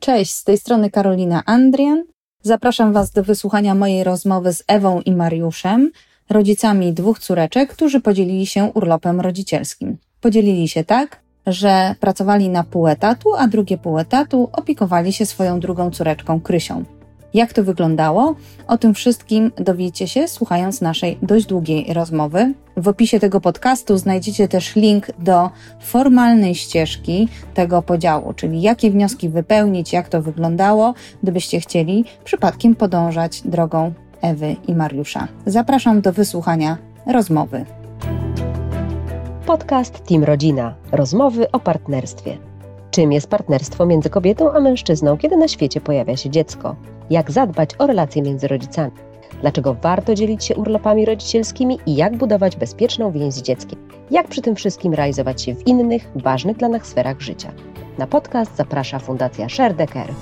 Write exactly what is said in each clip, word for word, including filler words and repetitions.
Cześć, z tej strony Karolina Andrian. Zapraszam Was do wysłuchania mojej rozmowy z Ewą i Mariuszem, rodzicami dwóch córeczek, którzy podzielili się urlopem rodzicielskim. Podzielili się tak, że pracowali na pół etatu, a drugie pół etatu opiekowali się swoją drugą córeczką Krysią. Jak to wyglądało? O tym wszystkim dowiecie się, słuchając naszej dość długiej rozmowy. W opisie tego podcastu znajdziecie też link do formalnej ścieżki tego podziału, czyli jakie wnioski wypełnić, jak to wyglądało, gdybyście chcieli przypadkiem podążać drogą Ewy i Mariusza. Zapraszam do wysłuchania rozmowy. Podcast Team Rodzina. Rozmowy o partnerstwie. Czym jest partnerstwo między kobietą a mężczyzną, kiedy na świecie pojawia się dziecko? Jak zadbać o relacje między rodzicami? Dlaczego warto dzielić się urlopami rodzicielskimi i jak budować bezpieczną więź z dzieckiem? Jak przy tym wszystkim realizować się w innych, ważnych dla nas sferach życia? Na podcast zaprasza Fundacja Share the Care.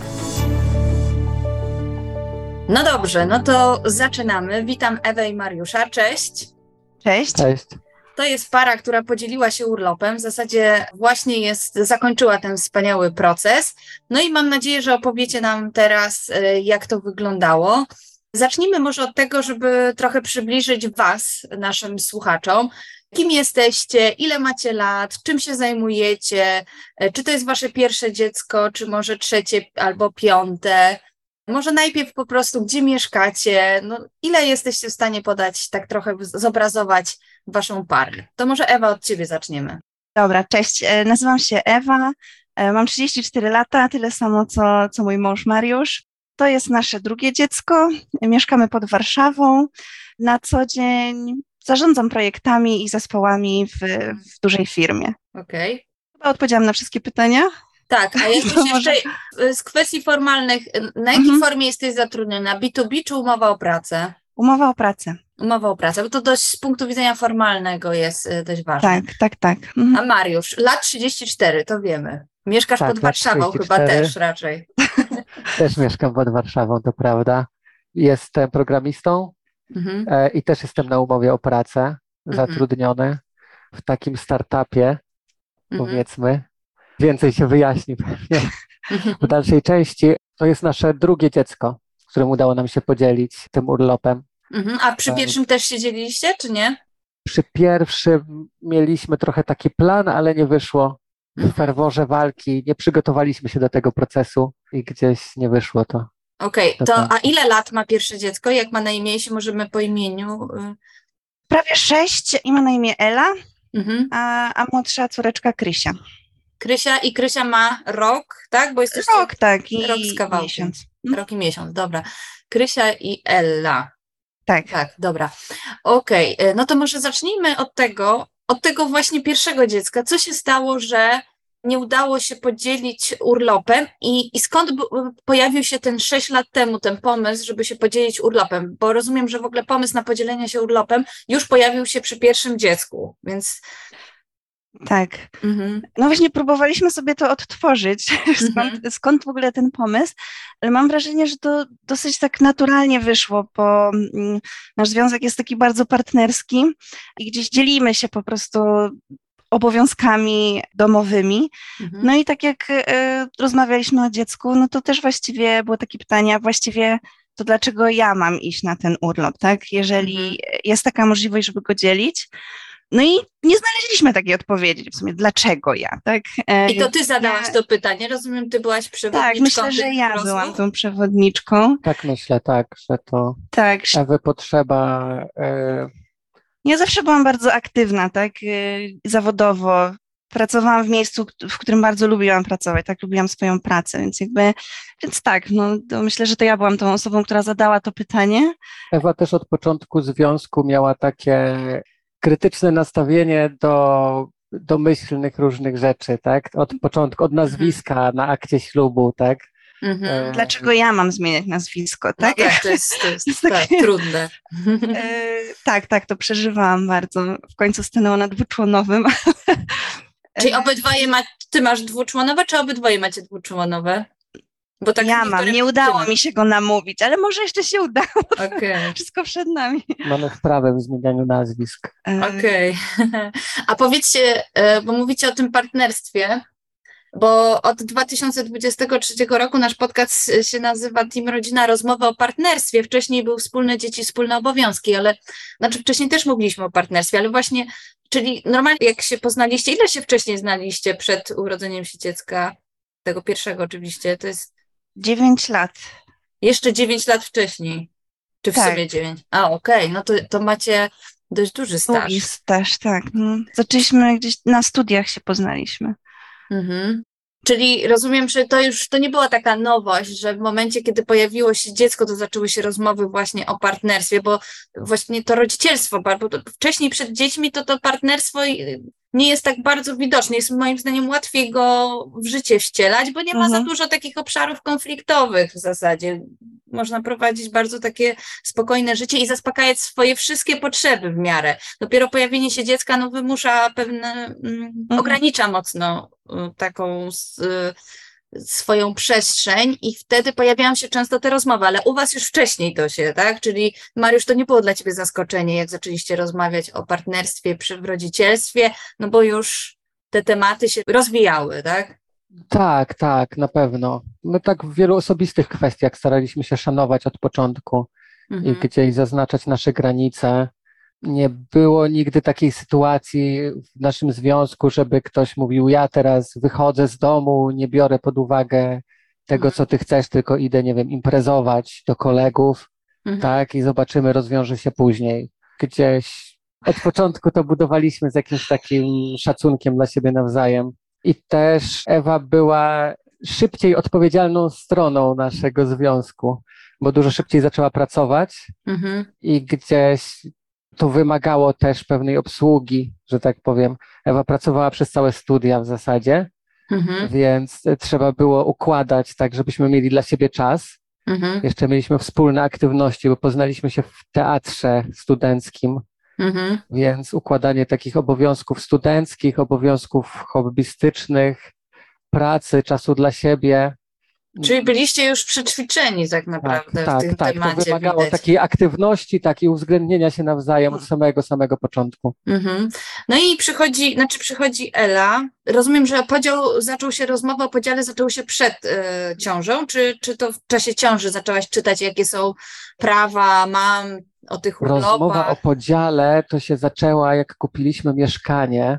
No dobrze, no to zaczynamy. Witam Ewę i Mariusza. Cześć. Cześć. Cześć. To jest para, która podzieliła się urlopem, w zasadzie właśnie jest, zakończyła ten wspaniały proces. No i mam nadzieję, że opowiecie nam teraz, jak to wyglądało. Zacznijmy może od tego, żeby trochę przybliżyć Was, naszym słuchaczom. Kim jesteście, ile macie lat, czym się zajmujecie, czy to jest Wasze pierwsze dziecko, czy może trzecie albo piąte. Może najpierw po prostu, gdzie mieszkacie, no ile jesteście w stanie podać, tak trochę zobrazować Waszą parę. To może Ewa, od Ciebie zaczniemy. Dobra, cześć. Nazywam się Ewa, mam trzydzieści cztery lata, tyle samo co, co mój mąż Mariusz. To jest nasze drugie dziecko, mieszkamy pod Warszawą. Na co dzień zarządzam projektami i zespołami w, w dużej firmie. Okej. Okay. Chyba odpowiedziałam na wszystkie pytania. Tak, a jakbyś jeszcze z kwestii formalnych, na jakiej mhm. formie jesteś zatrudniona? B dwa B czy umowa o pracę? Umowa o pracę. Umowa o pracę, bo to dość z punktu widzenia formalnego jest dość ważne. Tak, tak, tak. Mhm. A Mariusz, lat trzydzieści cztery, to wiemy. Mieszkasz tak, pod Warszawą chyba też raczej. Też mieszkam pod Warszawą, to prawda. Jestem programistą mhm. e, i też jestem na umowie o pracę, mhm. zatrudniony w takim startupie, mhm. powiedzmy. Więcej się wyjaśni pewnie w dalszej części. To jest nasze drugie dziecko, z którym udało nam się podzielić tym urlopem. Mhm. A przy pierwszym też się dzieliliście, czy nie? Przy pierwszym mieliśmy trochę taki plan, ale nie wyszło. W ferworze walki nie przygotowaliśmy się do tego procesu i gdzieś nie wyszło to. Okej, okay. To a ile lat ma pierwsze dziecko? Jak ma na imię, jeśli możemy po imieniu? Prawie sześć i ma na imię Ela, mhm. a, a młodsza córeczka Krysia. Krysia i Krysia ma rok, tak? Bo jesteście rok, tak, i rok z kawałkiem. miesiąc. Rok i miesiąc, dobra. Krysia i Ella. Tak. Tak, dobra. Okej, okay. No to może zacznijmy od tego, od tego właśnie pierwszego dziecka. Co się stało, że nie udało się podzielić urlopem i, i skąd b- pojawił się ten sześć lat temu ten pomysł, żeby się podzielić urlopem? Bo rozumiem, że w ogóle pomysł na podzielenie się urlopem już pojawił się przy pierwszym dziecku, więc... Tak. Mhm. No właśnie próbowaliśmy sobie to odtworzyć, skąd, mhm. skąd w ogóle ten pomysł, ale mam wrażenie, że to dosyć tak naturalnie wyszło, bo mm, nasz związek jest taki bardzo partnerski i gdzieś dzielimy się po prostu obowiązkami domowymi. Mhm. No i tak jak y, rozmawialiśmy o dziecku, no to też właściwie było takie pytanie, a właściwie to dlaczego ja mam iść na ten urlop, tak? Jeżeli mhm. jest taka możliwość, żeby go dzielić. No i nie znaleźliśmy takiej odpowiedzi, w sumie dlaczego ja, tak? I to ty zadałaś ja... to pytanie, rozumiem, ty byłaś przewodniczką. Tak, myślę, że ja rozmów. byłam tą przewodniczką. Tak myślę, tak, że to tak. Ewy potrzeba... Y... Ja zawsze byłam bardzo aktywna, tak, y, zawodowo. Pracowałam w miejscu, w którym bardzo lubiłam pracować, tak, lubiłam swoją pracę, więc jakby, więc tak, no to myślę, że to ja byłam tą osobą, która zadała to pytanie. Ewa też od początku związku miała takie krytyczne nastawienie do domyślnych różnych rzeczy, tak? Od początku, od nazwiska mhm. na akcie ślubu, tak? Mhm. E... Dlaczego ja mam zmieniać nazwisko, tak? No tak, to jest, to jest, to jest tak, trudne. E, tak, tak, to przeżywałam bardzo. W końcu stanęło na dwuczłonowym. Czyli obydwoje ma, ty masz dwuczłonowe, czy obydwoje macie dwuczłonowe? Bo tak ja mam, nie udało mi się go namówić, ale może jeszcze się udało. Okay. Wszystko przed nami. Mamy wprawę w zmienianiu nazwisk. Okej. Okay. A powiedzcie, bo mówicie o tym partnerstwie, bo od dwa tysiące dwudziestego trzeciego roku nasz podcast się nazywa Team Rodzina Rozmowy o partnerstwie. Wcześniej był Wspólne Dzieci, Wspólne Obowiązki, ale znaczy wcześniej też mówiliśmy o partnerstwie, ale właśnie, czyli normalnie jak się poznaliście, ile się wcześniej znaliście przed urodzeniem się dziecka, tego pierwszego oczywiście, to jest... Dziewięć lat. Jeszcze dziewięć lat wcześniej, czy w Tak. sumie dziewięć? A okej, okay. No to, to macie dość duży staż. Długi staż, tak. No, zaczęliśmy gdzieś na studiach się poznaliśmy. Mhm. Czyli rozumiem, że to już to nie była taka nowość, że w momencie, kiedy pojawiło się dziecko, to zaczęły się rozmowy właśnie o partnerstwie, bo właśnie to rodzicielstwo, bo to wcześniej przed dziećmi to to partnerstwo nie jest tak bardzo widoczne. Jest moim zdaniem łatwiej go w życie wcielać, bo nie ma Mhm. za dużo takich obszarów konfliktowych w zasadzie. Można prowadzić bardzo takie spokojne życie i zaspokajać swoje wszystkie potrzeby w miarę. Dopiero pojawienie się dziecka no, wymusza pewne, mm, Mhm. ogranicza mocno y, taką s- y, swoją przestrzeń i wtedy pojawiają się często te rozmowy, ale u was już wcześniej to się, tak? Czyli Mariusz, to nie było dla ciebie zaskoczenie, jak zaczęliście rozmawiać o partnerstwie przy w rodzicielstwie, no bo już te tematy się rozwijały, tak? Tak, tak, na pewno. My tak w wielu osobistych kwestiach staraliśmy się szanować od początku i Mhm. gdzieś zaznaczać nasze granice. Nie było nigdy takiej sytuacji w naszym związku, żeby ktoś mówił, ja teraz wychodzę z domu, nie biorę pod uwagę tego, co ty chcesz, tylko idę, nie wiem, imprezować do kolegów, Mhm. tak, i zobaczymy, rozwiąże się później. Gdzieś od początku to budowaliśmy z jakimś takim szacunkiem dla siebie nawzajem. I też Ewa była szybciej odpowiedzialną stroną naszego związku, bo dużo szybciej zaczęła pracować Mhm. i gdzieś to wymagało też pewnej obsługi, że tak powiem. Ewa pracowała przez całe studia w zasadzie, Mhm. więc trzeba było układać tak, żebyśmy mieli dla siebie czas. Mhm. Jeszcze mieliśmy wspólne aktywności, bo poznaliśmy się w teatrze studenckim, Mhm. więc układanie takich obowiązków studenckich, obowiązków hobbystycznych, pracy, czasu dla siebie. Czyli byliście już przećwiczeni tak Tak, naprawdę w tak, tym tak. To temacie, wymagało widać. takiej aktywności, takiej uwzględnienia się nawzajem od samego, samego początku. Mhm. No i przychodzi, znaczy przychodzi Ela. Rozumiem, że podział zaczął się, rozmowa o podziale zaczęła się przed e, ciążą, czy, czy to w czasie ciąży zaczęłaś czytać, jakie są prawa mam o tych urlopach? Rozmowa o podziale to się zaczęła, jak kupiliśmy mieszkanie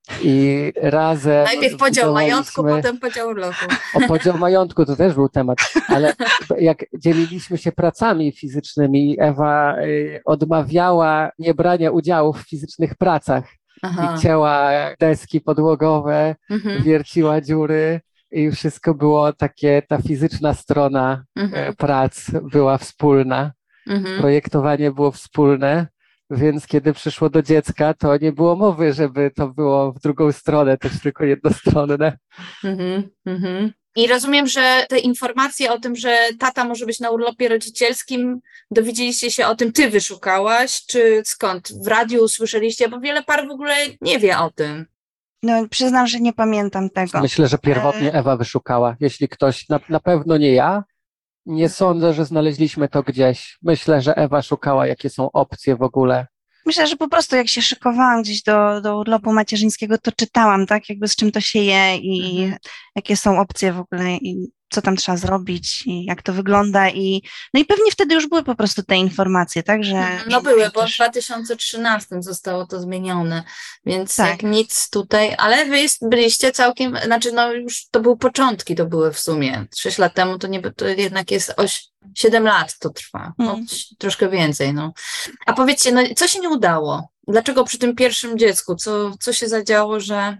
i razem Najpierw podział majątku, zbudowaliśmy- potem podział urlopu. O podział majątku to też był temat, ale jak dzieliliśmy się pracami fizycznymi, Ewa y, odmawiała niebrania udziału w fizycznych pracach Aha. i cięła deski podłogowe, Mhm. wierciła dziury i wszystko było takie, ta fizyczna strona e, Mhm. prac była wspólna, Mhm. projektowanie było wspólne, więc kiedy przyszło do dziecka, to nie było mowy, żeby to było w drugą stronę, też tylko jednostronne. Mhm. Mhm. I rozumiem, że te informacje o tym, że tata może być na urlopie rodzicielskim, dowiedzieliście się o tym, ty wyszukałaś, czy skąd? W radiu usłyszeliście, bo wiele par w ogóle nie wie o tym. No, przyznam, że nie pamiętam tego. Myślę, że pierwotnie Ewa wyszukała. Jeśli ktoś, na, na pewno nie ja, nie sądzę, że znaleźliśmy to gdzieś. Myślę, że Ewa szukała, jakie są opcje w ogóle. Myślę, że po prostu jak się szykowałam gdzieś do, do urlopu macierzyńskiego, to czytałam, tak, jakby z czym to się je i Mhm. jakie są opcje w ogóle i co tam trzeba zrobić i jak to wygląda i no i pewnie wtedy już były po prostu te informacje, tak, że... No że były, bo w też- dwa tysiące trzynastym zostało to zmienione, więc Tak. jak nic tutaj, ale wy jest, byliście całkiem, znaczy no już to były początki, to były w sumie, sześć lat temu to, nie, to jednak jest oś, siedem lat to trwa, no, Mm. troszkę więcej, no. A powiedzcie, no co się nie udało? Dlaczego przy tym pierwszym dziecku? Co, co się zadziało, że...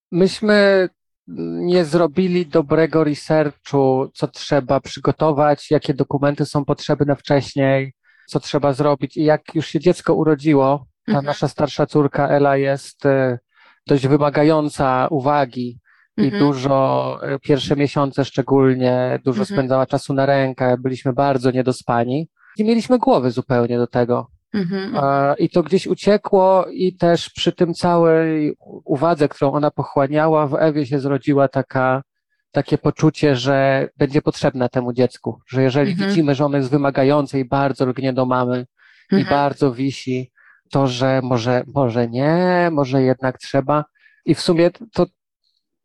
Myśmy nie zrobili dobrego researchu, co trzeba przygotować, jakie dokumenty są potrzebne wcześniej, co trzeba zrobić. I jak już się dziecko urodziło, ta Mhm. nasza starsza córka Ela jest e, dość wymagająca uwagi i Mhm. dużo, e, pierwsze miesiące szczególnie, dużo Mhm. spędzała czasu na rękach, byliśmy bardzo niedospani. Nie mieliśmy głowy zupełnie do tego. Mhm. E, I to gdzieś uciekło i też przy tym całej uwadze, którą ona pochłaniała, w Ewie się zrodziła taka, takie poczucie, że będzie potrzebna temu dziecku, że jeżeli Mhm. widzimy, że ono jest wymagające i bardzo lgnie do mamy i Mhm. bardzo wisi, to że może, może nie, może jednak trzeba. I w sumie to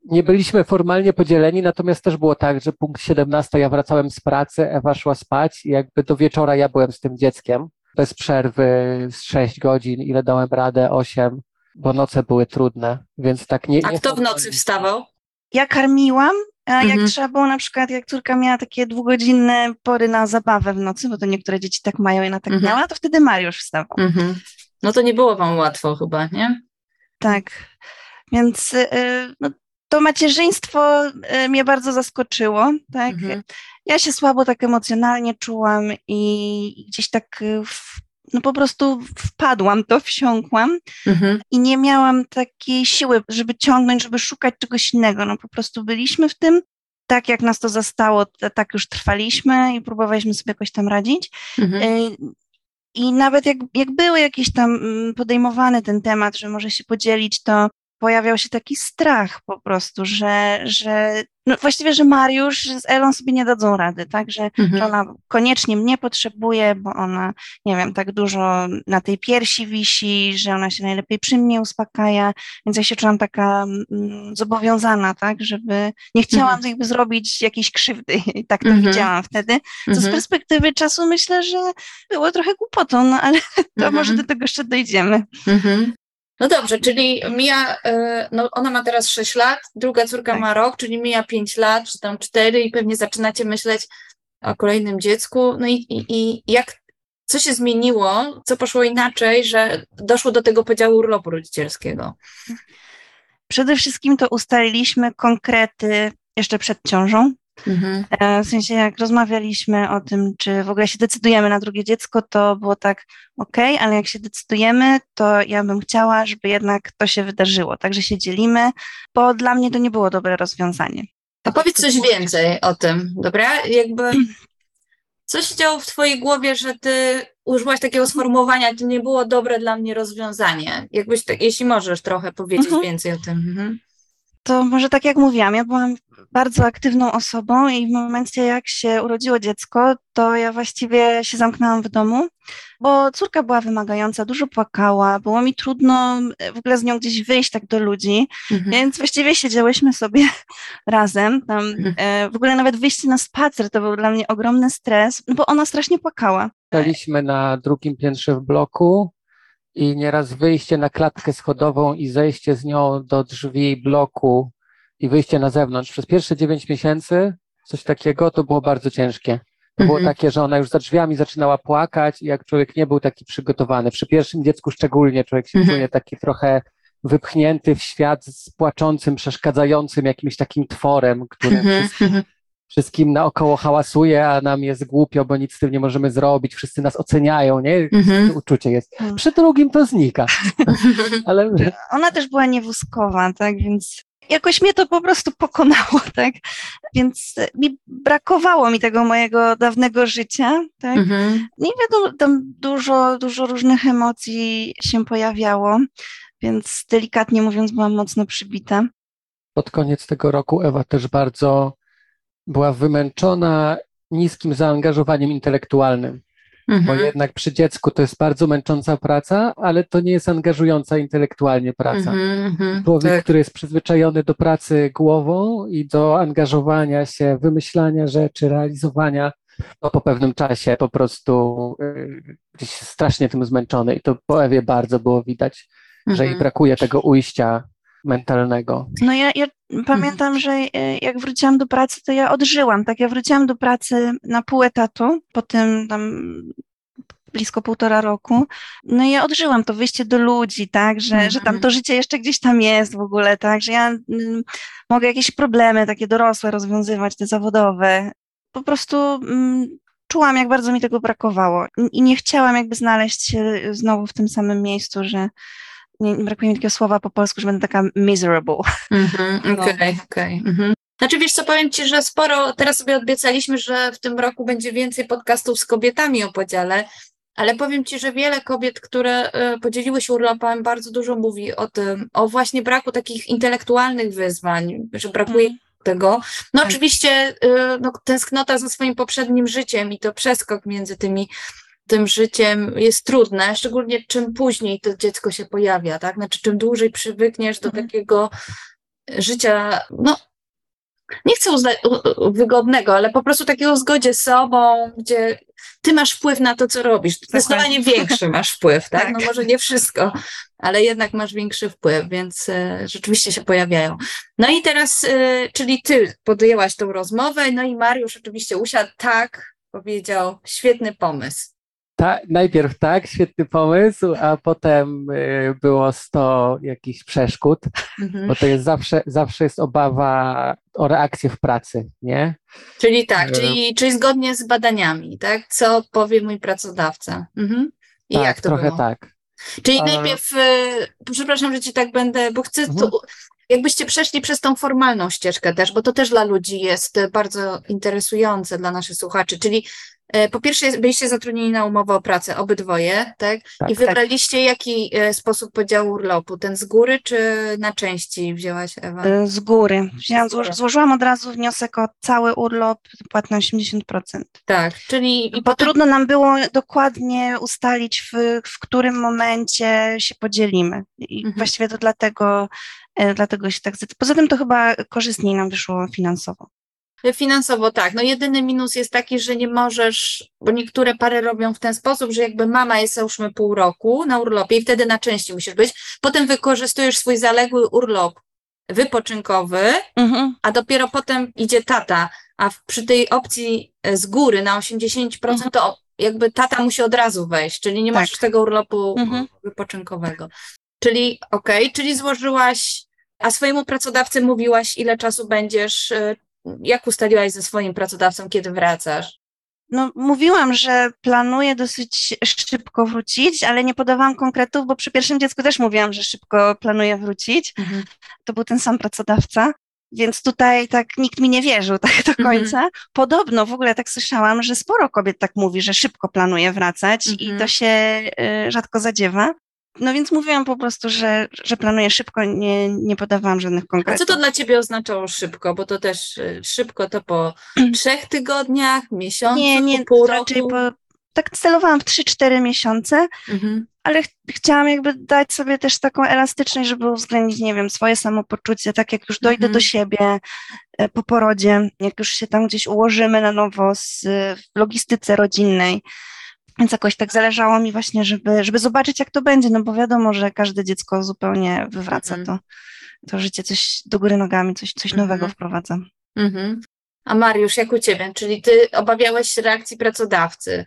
Nie byliśmy formalnie podzieleni, natomiast też było tak, że punkt siedemnasty ja wracałem z pracy, Ewa szła spać i jakby do wieczora ja byłem z tym dzieckiem. Bez przerwy z sześć godzin, ile dałem radę, osiem, bo noce były trudne, więc tak nie... A nie kto w nocy wstawał? Ja karmiłam, a Mhm. jak trzeba było na przykład, jak córka miała takie dwugodzinne pory na zabawę w nocy, bo to niektóre dzieci tak mają i ona tak Mhm. miała, to wtedy Mariusz wstawał. Mhm. No to nie było wam łatwo chyba, nie? Tak, więc y, no, to macierzyństwo y, mnie bardzo zaskoczyło, tak. Mhm. Ja się słabo tak emocjonalnie czułam i gdzieś tak y, w, no po prostu wpadłam, to wsiąkłam Mhm. i nie miałam takiej siły, żeby ciągnąć, żeby szukać czegoś innego, no po prostu byliśmy w tym, tak jak nas to zastało, t- tak już trwaliśmy i próbowaliśmy sobie jakoś tam radzić. Mhm. Y, I nawet jak, jak były jakieś tam mm, podejmowany ten temat, że może się podzielić, to pojawiał się taki strach po prostu, że, że no właściwie, że Mariusz z Elą sobie nie dadzą rady, tak, że, Mhm. że ona koniecznie mnie potrzebuje, bo ona, nie wiem, tak dużo na tej piersi wisi, że ona się najlepiej przy mnie uspokaja, więc ja się czułam taka mm, zobowiązana, tak, żeby, nie chciałam Mhm. jakby zrobić jakiejś krzywdy i tak to Mhm. widziałam wtedy, co z Mhm. perspektywy czasu myślę, że było trochę głupotą, no ale to Mhm. może do tego jeszcze dojdziemy. Mhm. No dobrze, czyli mija, y, no ona ma teraz sześć lat, druga córka Tak. ma rok, czyli mija pięć lat, czy tam cztery i pewnie zaczynacie myśleć o kolejnym dziecku. No i, i, i jak, co się zmieniło, co poszło inaczej, że doszło do tego podziału urlopu rodzicielskiego? Przede wszystkim to ustaliliśmy konkrety jeszcze przed ciążą. Mhm. E, W sensie jak rozmawialiśmy o tym, czy w ogóle się decydujemy na drugie dziecko, to było tak, okej, ale jak się decydujemy, to ja bym chciała, żeby jednak to się wydarzyło. Także się dzielimy, bo dla mnie to nie było dobre rozwiązanie. A powiedz coś więcej o tym, dobra? Jakby, co się działo w twojej głowie, że ty użyłaś takiego sformułowania, to nie było dobre dla mnie rozwiązanie. Jakbyś, tak, jeśli możesz trochę powiedzieć Mhm. więcej o tym. Mhm. To może tak jak mówiłam, ja byłam bardzo aktywną osobą i w momencie jak się urodziło dziecko, to ja właściwie się zamknęłam w domu, bo córka była wymagająca, dużo płakała, było mi trudno w ogóle z nią gdzieś wyjść tak do ludzi, Mhm. więc właściwie siedziałyśmy sobie razem, tam Mhm. e, w ogóle nawet wyjście na spacer to był dla mnie ogromny stres, no bo ona strasznie płakała. Byliśmy na drugim piętrze w bloku i nieraz wyjście na klatkę schodową i zejście z nią do drzwi bloku i wyjście na zewnątrz. Przez pierwsze dziewięć miesięcy coś takiego to było bardzo ciężkie. To było Mhm. takie, że ona już za drzwiami zaczynała płakać i jak człowiek nie był taki przygotowany, przy pierwszym dziecku szczególnie człowiek się Mhm. czuje taki trochę wypchnięty w świat z płaczącym, przeszkadzającym jakimś takim tworem, który Mhm. wszystkim, Mhm. wszystkim naokoło hałasuje, a nam jest głupio, bo nic z tym nie możemy zrobić, wszyscy nas oceniają, nie? Mhm. To uczucie jest. Hmm. Przy drugim to znika, ale Ona też była niewózkowa, tak, więc jakoś mnie to po prostu pokonało, tak, więc mi brakowało mi tego mojego dawnego życia, tak. Mhm. Nie wiadomo, tam dużo, dużo różnych emocji się pojawiało, więc delikatnie mówiąc byłam mocno przybita. pod koniec tego roku Ewa też bardzo była wymęczona niskim zaangażowaniem intelektualnym, bo Mhm. jednak przy dziecku to jest bardzo męcząca praca, ale to nie jest angażująca intelektualnie praca. Mhm. Mhm. Człowiek, Tak. który jest przyzwyczajony do pracy głową i do angażowania się, wymyślania rzeczy, realizowania, to po pewnym czasie po prostu y, gdzieś jest strasznie tym zmęczony i to po Ewie bardzo było widać, że jej Mhm. brakuje tego ujścia mentalnego. No ja, ja pamiętam, że e, jak wróciłam do pracy, to ja odżyłam, tak, ja wróciłam do pracy na pół etatu, po tym tam blisko półtora roku, no i ja odżyłam to wyjście do ludzi, tak, że, Mhm. że tam to życie jeszcze gdzieś tam jest w ogóle, tak, że ja mm, mogę jakieś problemy takie dorosłe rozwiązywać, te zawodowe. Po prostu mm, czułam, jak bardzo mi tego brakowało i, i nie chciałam jakby znaleźć się znowu w tym samym miejscu, że nie, brakuje mi takiego słowa po polsku, że będę taka miserable. Mhm. No. Okej, okej. Mhm. Znaczy wiesz co, powiem ci, że sporo, teraz sobie obiecaliśmy, że w tym roku będzie więcej podcastów z kobietami o podziale, ale powiem ci, że wiele kobiet, które y, podzieliły się urlopem, bardzo dużo mówi o tym, o właśnie braku takich intelektualnych wyzwań, że brakuje Mhm. tego. No Tak. oczywiście y, no, tęsknota za swoim poprzednim życiem i to przeskok między tymi tym życiem jest trudne, szczególnie czym później to dziecko się pojawia, tak? Znaczy czym dłużej przywykniesz do Mhm. takiego życia, no nie chcę uznać wygodnego, ale po prostu takiego w zgodzie z sobą, gdzie ty masz wpływ na to, co robisz. Zdecydowanie większy masz wpływ, tak? Tak. No może nie wszystko, ale jednak masz większy wpływ, więc e, rzeczywiście się pojawiają. No i teraz, e, czyli ty podjęłaś tą rozmowę, no i Mariusz oczywiście usiadł, tak, powiedział, świetny pomysł. Ta, najpierw tak, świetny pomysł, a potem y, było sto jakichś przeszkód, Mhm. bo to jest zawsze, zawsze jest obawa o reakcję w pracy, nie? Czyli tak, E, czyli, czyli zgodnie z badaniami, tak? Co powie mój pracodawca. Mhm. I tak, jak to trochę było? tak. Czyli A- najpierw, y, przepraszam, że ci tak będę, bo chcę Mhm. tu, jakbyście przeszli przez tą formalną ścieżkę też, bo to też dla ludzi jest y, bardzo interesujące dla naszych słuchaczy, czyli y, po pierwsze byliście zatrudnieni na umowę o pracę, obydwoje, tak? Tak. I wybraliście jaki y, sposób podziału urlopu, ten z góry czy na części wzięłaś, Ewa? Y, Z góry. Wzięłam, Z góry. zło- złożyłam od razu wniosek o cały urlop, płatność osiemdziesiąt procent. Tak, czyli i Bo potem, trudno nam było dokładnie ustalić, w, w którym momencie się podzielimy. I Mhm. właściwie to dlatego, e, dlatego się tak zdecydowało. Poza tym to chyba korzystniej nam wyszło finansowo. finansowo tak, no jedyny minus jest taki, że nie możesz, bo niektóre pary robią w ten sposób, że jakby mama jest załóżmy pół roku na urlopie i wtedy na części musisz być, potem wykorzystujesz swój zaległy urlop wypoczynkowy, Mhm. a dopiero potem idzie tata, a w, przy tej opcji e, z góry na osiemdziesiąt procent to jakby tata musi od razu wejść, czyli nie Tak. masz tego urlopu Mhm. wypoczynkowego. Czyli okej, czyli złożyłaś, a swojemu pracodawcy mówiłaś, ile czasu będziesz, e, jak ustaliłaś ze swoim pracodawcą, kiedy wracasz? No, mówiłam, że planuję dosyć szybko wrócić, ale nie podawałam konkretów, bo przy pierwszym dziecku też mówiłam, że szybko planuję wrócić. Mhm. To był ten sam pracodawca, więc tutaj tak nikt mi nie wierzył tak do Mhm. końca. Podobno w ogóle tak słyszałam, że sporo kobiet tak mówi, że szybko planuje wracać i Mhm. to się y, rzadko zadziewa. No więc mówiłam po prostu, że, że planuję szybko, nie, nie podawałam żadnych A konkretów. co to dla ciebie oznaczało szybko? Bo to też y, szybko to po trzech tygodniach, miesiącu, Nie, nie, pół raczej roku? po, tak celowałam w trzy cztery miesiące, Mhm. ale ch chciałam jakby dać sobie też taką elastyczność, żeby uwzględnić, nie wiem, swoje samopoczucie, tak jak już dojdę Mhm. do siebie e, po porodzie, jak już się tam gdzieś ułożymy na nowo z, w logistyce rodzinnej. Więc jakoś tak zależało mi właśnie, żeby, żeby zobaczyć, jak to będzie, no bo wiadomo, że każde dziecko zupełnie wywraca Mhm. to, to życie, coś do góry nogami, coś, coś Mhm. nowego wprowadza. Mhm. A Mariusz, jak u ciebie? Czyli ty obawiałeś się reakcji pracodawcy.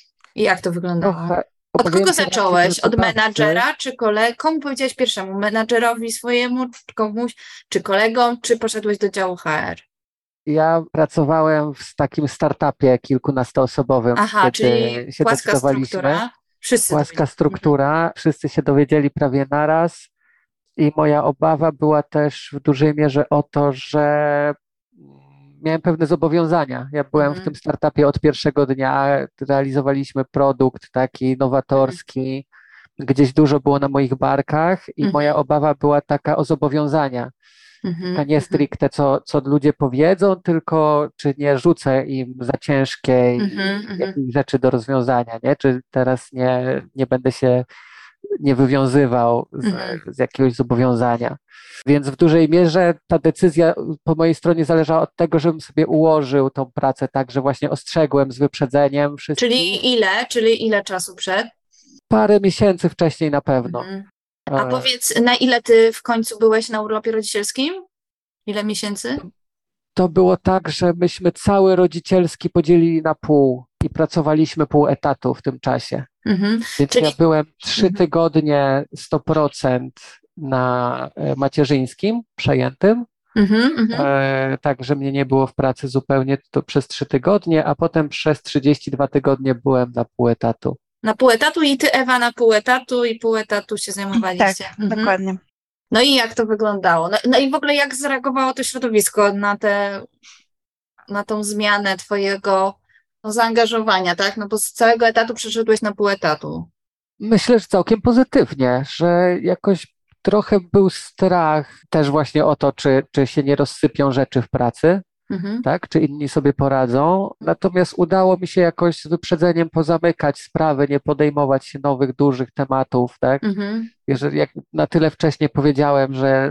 I jak to wyglądało? Trochę Od obawiałem kogo się reakcji zacząłeś? Od pracodawcy. menadżera czy kolegom? Komu powiedziałeś pierwszemu? Menadżerowi swojemu, czy komuś, czy kolegom, czy poszedłeś do działu H R? Ja pracowałem w takim startupie kilkunastoosobowym, Aha, kiedy czyli się płaska decydowaliśmy. struktura. Wszyscy Płaska dowiedzieli. struktura, wszyscy się dowiedzieli prawie naraz i moja obawa była też w dużej mierze o to, że miałem pewne zobowiązania. Ja byłem Mhm. w tym startupie od pierwszego dnia, realizowaliśmy produkt taki nowatorski, gdzieś dużo było na moich barkach i Mhm. moja obawa była taka o zobowiązania. Mhm. A nie stricte co, co ludzie powiedzą, tylko czy nie rzucę im za ciężkiej Mhm, mhm. jakiejś rzeczy do rozwiązania, nie? Czy teraz nie, nie będę się nie wywiązywał z, Mhm. z jakiegoś zobowiązania. Więc w dużej mierze ta decyzja po mojej stronie zależała od tego, żebym sobie ułożył tą pracę tak, że właśnie ostrzegłem z wyprzedzeniem wszystkich. Czyli ile? Czyli ile czasu przed? Parę miesięcy wcześniej na pewno. Mhm. A E, powiedz, na ile ty w końcu byłeś na urlopie rodzicielskim? Ile miesięcy? To było tak, że myśmy cały rodzicielski podzielili na pół i pracowaliśmy pół etatu w tym czasie. Mhm. Więc Czyli- ja byłem trzy Mhm. tygodnie sto procent na e, macierzyńskim przejętym, Mhm, mhm. e, tak, że mnie nie było w pracy zupełnie to przez trzy tygodnie, a potem przez trzydzieści dwa tygodnie byłem na pół etatu. Na pół etatu i ty, Ewa, na pół etatu i pół etatu się zajmowaliście. Tak, Mhm. dokładnie. No i jak to wyglądało? No, no i w ogóle jak zareagowało to środowisko na tę na tą zmianę twojego no, zaangażowania, tak? No bo z całego etatu przeszedłeś na pół etatu. Myślę, że całkiem pozytywnie, że jakoś trochę był strach też właśnie o to, czy, czy się nie rozsypią rzeczy w pracy, Mhm. tak? Czy inni sobie poradzą. Natomiast udało mi się jakoś z wyprzedzeniem pozamykać sprawy, nie podejmować się nowych, dużych tematów, tak? Mhm. Jeżeli jak na tyle wcześnie powiedziałem, że, że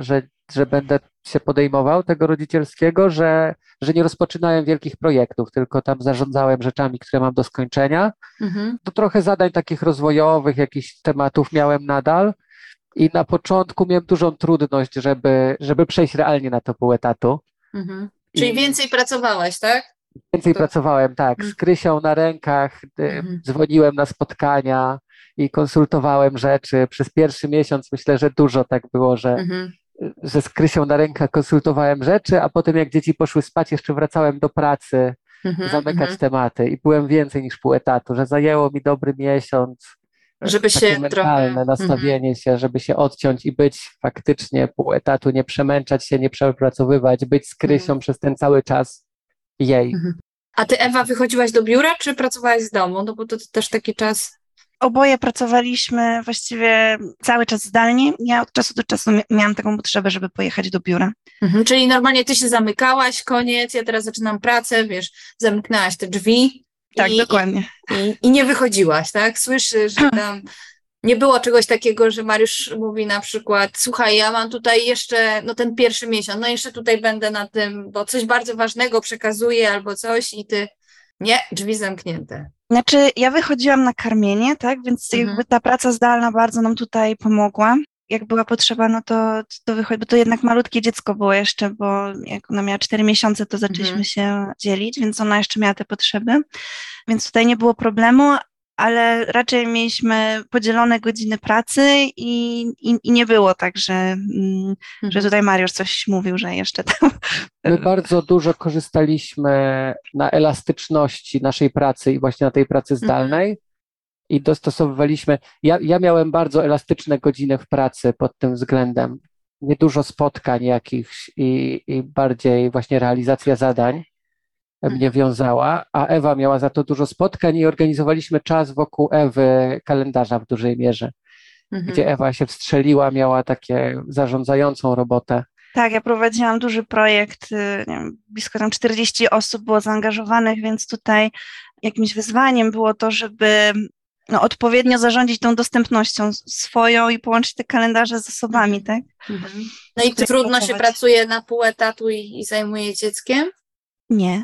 że będę się podejmował tego rodzicielskiego, że, że nie rozpoczynałem wielkich projektów, tylko tam zarządzałem rzeczami, które mam do skończenia. Mhm. To trochę zadań takich rozwojowych, jakichś tematów miałem nadal i na początku miałem dużą trudność, żeby, żeby przejść realnie na to pół etatu. Mhm. Czyli I... więcej pracowałeś, tak? Więcej to... pracowałem, tak, z Krysią na rękach, mhm. dzwoniłem na spotkania i konsultowałem rzeczy. Przez pierwszy miesiąc myślę, że dużo tak było, że, mhm. że z Krysią na rękach konsultowałem rzeczy, a potem jak dzieci poszły spać, jeszcze wracałem do pracy, mhm. zamykać mhm. tematy i byłem więcej niż pół etatu, że zajęło mi dobry miesiąc, żeby takie się mentalne trochę... nastawienie mhm. się, żeby się odciąć i być faktycznie pół etatu, nie przemęczać się, nie przepracowywać, być z Krysią mhm. przez ten cały czas jej. Mhm. A ty, Ewa, wychodziłaś do biura, czy pracowałaś z domu? No bo to też taki czas... Oboje pracowaliśmy właściwie cały czas zdalnie. Ja od czasu do czasu miałam taką potrzebę, żeby pojechać do biura. Mhm, czyli normalnie ty się zamykałaś, koniec, ja teraz zaczynam pracę, wiesz, zamknęłaś te drzwi. Tak, i, dokładnie. I, I nie wychodziłaś, tak? Słyszysz, że tam nie było czegoś takiego, że Mariusz mówi na przykład, słuchaj, ja mam tutaj jeszcze, no ten pierwszy miesiąc, no jeszcze tutaj będę na tym, bo coś bardzo ważnego przekazuję albo coś i ty, nie, drzwi zamknięte. Znaczy, ja wychodziłam na karmienie, tak, więc mhm. jakby ta praca zdalna bardzo nam tutaj pomogła. Jak była potrzeba, no to, to wychodzi, bo to jednak malutkie dziecko było jeszcze, bo jak ona miała cztery miesiące, to zaczęliśmy mhm. się dzielić, więc ona jeszcze miała te potrzeby, więc tutaj nie było problemu, ale raczej mieliśmy podzielone godziny pracy i, i, i nie było tak, że, mm, mhm. że tutaj Mariusz coś mówił, że jeszcze tam... My bardzo dużo korzystaliśmy na elastyczności naszej pracy i właśnie na tej pracy zdalnej mhm. i dostosowywaliśmy... Ja, ja miałem bardzo elastyczne godziny w pracy pod tym względem. Niedużo spotkań jakichś i, i bardziej właśnie realizacja zadań mnie wiązała, a Ewa miała za to dużo spotkań i organizowaliśmy czas wokół Ewy kalendarza w dużej mierze, mhm. gdzie Ewa się wstrzeliła, miała takie zarządzającą robotę. Tak, ja prowadziłam duży projekt, nie wiem, blisko tam czterdzieści osób było zaangażowanych, więc tutaj jakimś wyzwaniem było to, żeby no, odpowiednio zarządzić tą dostępnością swoją i połączyć te kalendarze z osobami, mhm. tak? Mhm. No i trudno pracować. Się pracuje na pół etatu i, i zajmuje dzieckiem? Nie.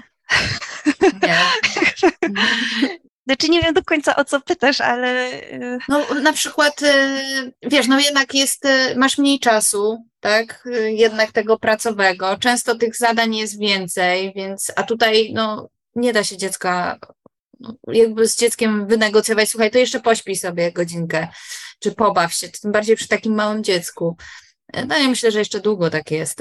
Nie. Znaczy nie wiem do końca, o co pytasz, ale... No na przykład, wiesz, no jednak jest, masz mniej czasu, tak, jednak tego pracowego, często tych zadań jest więcej, więc, a tutaj no nie da się dziecka, jakby z dzieckiem wynegocjować, słuchaj, to jeszcze pośpij sobie godzinkę, czy pobaw się, tym bardziej przy takim małym dziecku. No ja myślę, że jeszcze długo tak jest.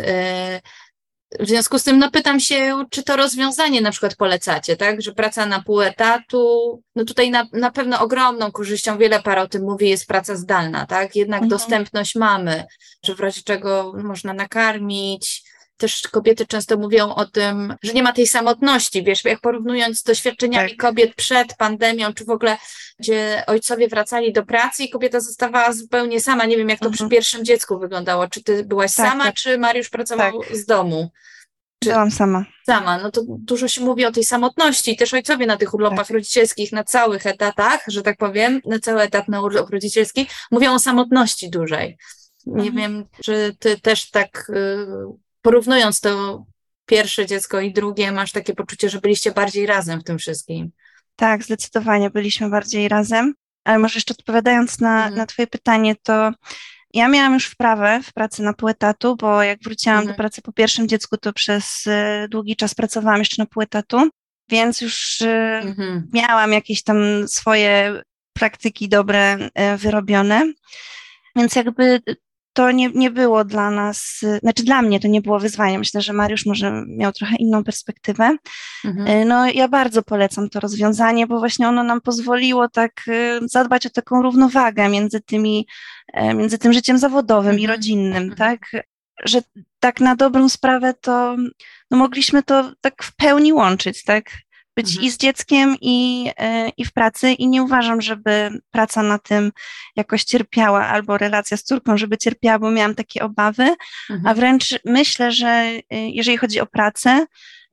W związku z tym, no pytam się, czy to rozwiązanie na przykład polecacie, tak, że praca na pół etatu, no tutaj na, na pewno ogromną korzyścią, wiele par o tym mówi, jest praca zdalna, tak, jednak mhm. dostępność mamy, że w razie czego można nakarmić. Też kobiety często mówią o tym, że nie ma tej samotności, wiesz, jak porównując z doświadczeniami tak. kobiet przed pandemią, czy w ogóle, gdzie ojcowie wracali do pracy i kobieta zostawała zupełnie sama. Nie wiem, jak to mhm. przy pierwszym dziecku wyglądało. Czy ty byłaś tak, sama, tak. czy Mariusz pracował tak. z domu? Czy... Byłam sama. Sama, no to dużo się mówi o tej samotności i też ojcowie na tych urlopach tak. rodzicielskich, na całych etatach, że tak powiem, na cały etat na urlop rodzicielski, mówią o samotności dużej. Nie mhm. wiem, czy ty też tak... Yy, porównując to pierwsze dziecko i drugie, masz takie poczucie, że byliście bardziej razem w tym wszystkim. Tak, zdecydowanie byliśmy bardziej razem, ale może jeszcze odpowiadając na, mhm. na twoje pytanie, to ja miałam już wprawę w pracy na pół etatu, bo jak wróciłam mhm. do pracy po pierwszym dziecku, to przez y, długi czas pracowałam jeszcze na pół etatu, więc już y, mhm. miałam jakieś tam swoje praktyki dobre y, wyrobione, więc jakby to nie, nie było dla nas, znaczy dla mnie to nie było wyzwaniem. Myślę, że Mariusz może miał trochę inną perspektywę. Mhm. No ja bardzo polecam to rozwiązanie, bo właśnie ono nam pozwoliło tak zadbać o taką równowagę między tymi, między tym życiem zawodowym mhm. i rodzinnym, mhm. tak? Że tak na dobrą sprawę to no mogliśmy to tak w pełni łączyć, tak? Być mhm. i z dzieckiem, i, i w pracy i nie uważam, żeby praca na tym jakoś cierpiała, albo relacja z córką, żeby cierpiała, bo miałam takie obawy, mhm. a wręcz myślę, że jeżeli chodzi o pracę,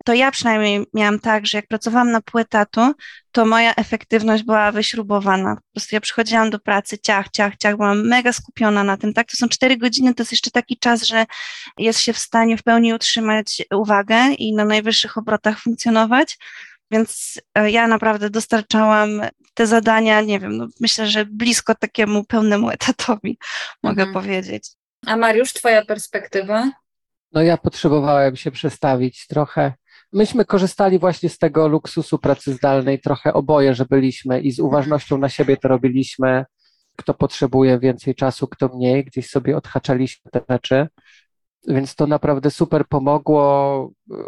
to ja przynajmniej miałam tak, że jak pracowałam na pół etatu, to moja efektywność była wyśrubowana. Po prostu ja przychodziłam do pracy, ciach, ciach, ciach, byłam mega skupiona na tym, tak? To są cztery godziny, to jest jeszcze taki czas, że jest się w stanie w pełni utrzymać uwagę i na najwyższych obrotach funkcjonować, więc ja naprawdę dostarczałam te zadania, nie wiem, no myślę, że blisko takiemu pełnemu etatowi, mogę mhm. powiedzieć. A Mariusz, twoja perspektywa? No ja potrzebowałem się przestawić trochę. Myśmy korzystali właśnie z tego luksusu pracy zdalnej trochę oboje, że byliśmy i z uważnością na siebie to robiliśmy. Kto potrzebuje więcej czasu, kto mniej, gdzieś sobie odhaczaliśmy te rzeczy. Więc to naprawdę super pomogło,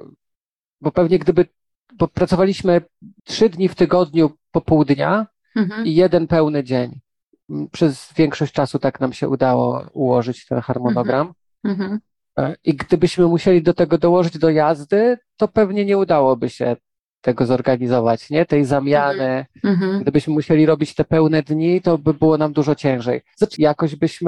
bo pewnie gdyby, bo pracowaliśmy trzy dni w tygodniu po pół dnia mhm. i jeden pełny dzień. Przez większość czasu tak nam się udało ułożyć ten harmonogram. Mhm. I gdybyśmy musieli do tego dołożyć do jazdy, to pewnie nie udałoby się tego zorganizować, nie? Tej zamiany. Mm-hmm. Gdybyśmy musieli robić te pełne dni, to by było nam dużo ciężej. Jakoś byśmy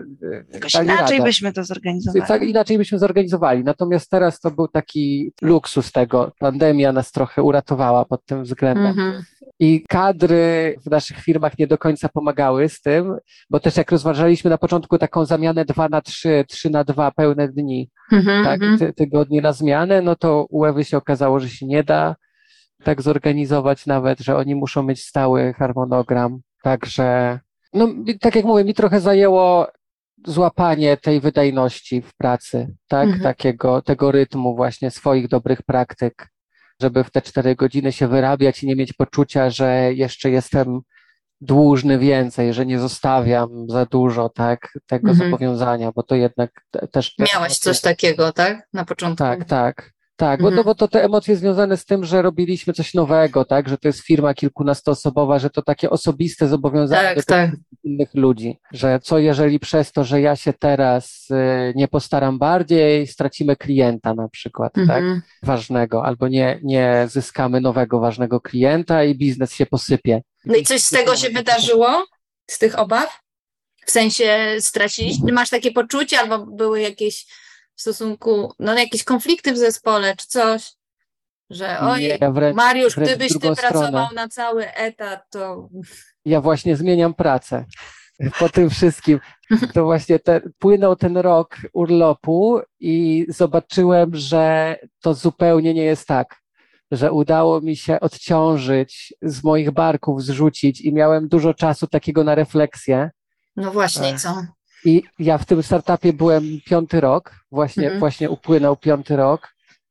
Jakoś inaczej radę. byśmy to zorganizowali. Tak, inaczej byśmy zorganizowali. Natomiast teraz to był taki luksus tego. Pandemia nas trochę uratowała pod tym względem. Mm-hmm. I kadry w naszych firmach nie do końca pomagały z tym, bo też jak rozważaliśmy na początku taką zamianę dwa na trzy, trzy na dwa pełne dni, mm-hmm. tak, ty, tygodnie na zmianę, no to u Ewy się okazało, że się nie da tak zorganizować nawet, że oni muszą mieć stały harmonogram. Także, no tak jak mówię, mi trochę zajęło złapanie tej wydajności w pracy, tak, mm-hmm. takiego, tego rytmu właśnie swoich dobrych praktyk, żeby w te cztery godziny się wyrabiać i nie mieć poczucia, że jeszcze jestem dłużny więcej, że nie zostawiam za dużo, tak, tego mhm. zobowiązania, bo to jednak te, też... Miałaś emocje... coś takiego, tak, na początku? Tak, tak, tak, mhm. bo, to, bo to te emocje związane z tym, że robiliśmy coś nowego, tak, że to jest firma kilkunastoosobowa, że to takie osobiste zobowiązanie tak, do tak. innych ludzi, że co jeżeli przez to, że ja się teraz y, nie postaram bardziej, stracimy klienta na przykład, mhm. tak, ważnego, albo nie, nie zyskamy nowego ważnego klienta i biznes się posypie. No i coś z tego się wydarzyło? Z tych obaw? W sensie straciliście, masz takie poczucie, albo były jakieś w stosunku, no jakieś konflikty w zespole, czy coś, że oj, nie, ja wręcz, Mariusz, wręcz gdybyś ty pracował stronę. na cały etat, to... Ja właśnie zmieniam pracę po tym wszystkim. To właśnie te, płynął ten rok urlopu i zobaczyłem, że to zupełnie nie jest tak, że udało mi się odciążyć, z moich barków zrzucić i miałem dużo czasu takiego na refleksję. No właśnie, co? I ja w tym startupie byłem piąty rok, właśnie, mm-hmm. właśnie upłynął piąty rok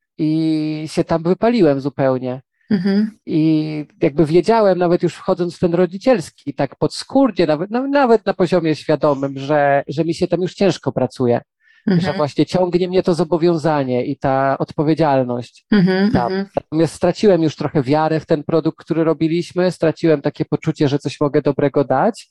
i się tam wypaliłem zupełnie. Mm-hmm. I jakby wiedziałem, nawet już wchodząc w ten rodzicielski, tak podskórnie, nawet, no, nawet na poziomie świadomym, że, że mi się tam już ciężko pracuje. Mm-hmm. Że właśnie ciągnie mnie to zobowiązanie i ta odpowiedzialność. Mm-hmm. tam. Natomiast straciłem już trochę wiarę w ten produkt, który robiliśmy, straciłem takie poczucie, że coś mogę dobrego dać.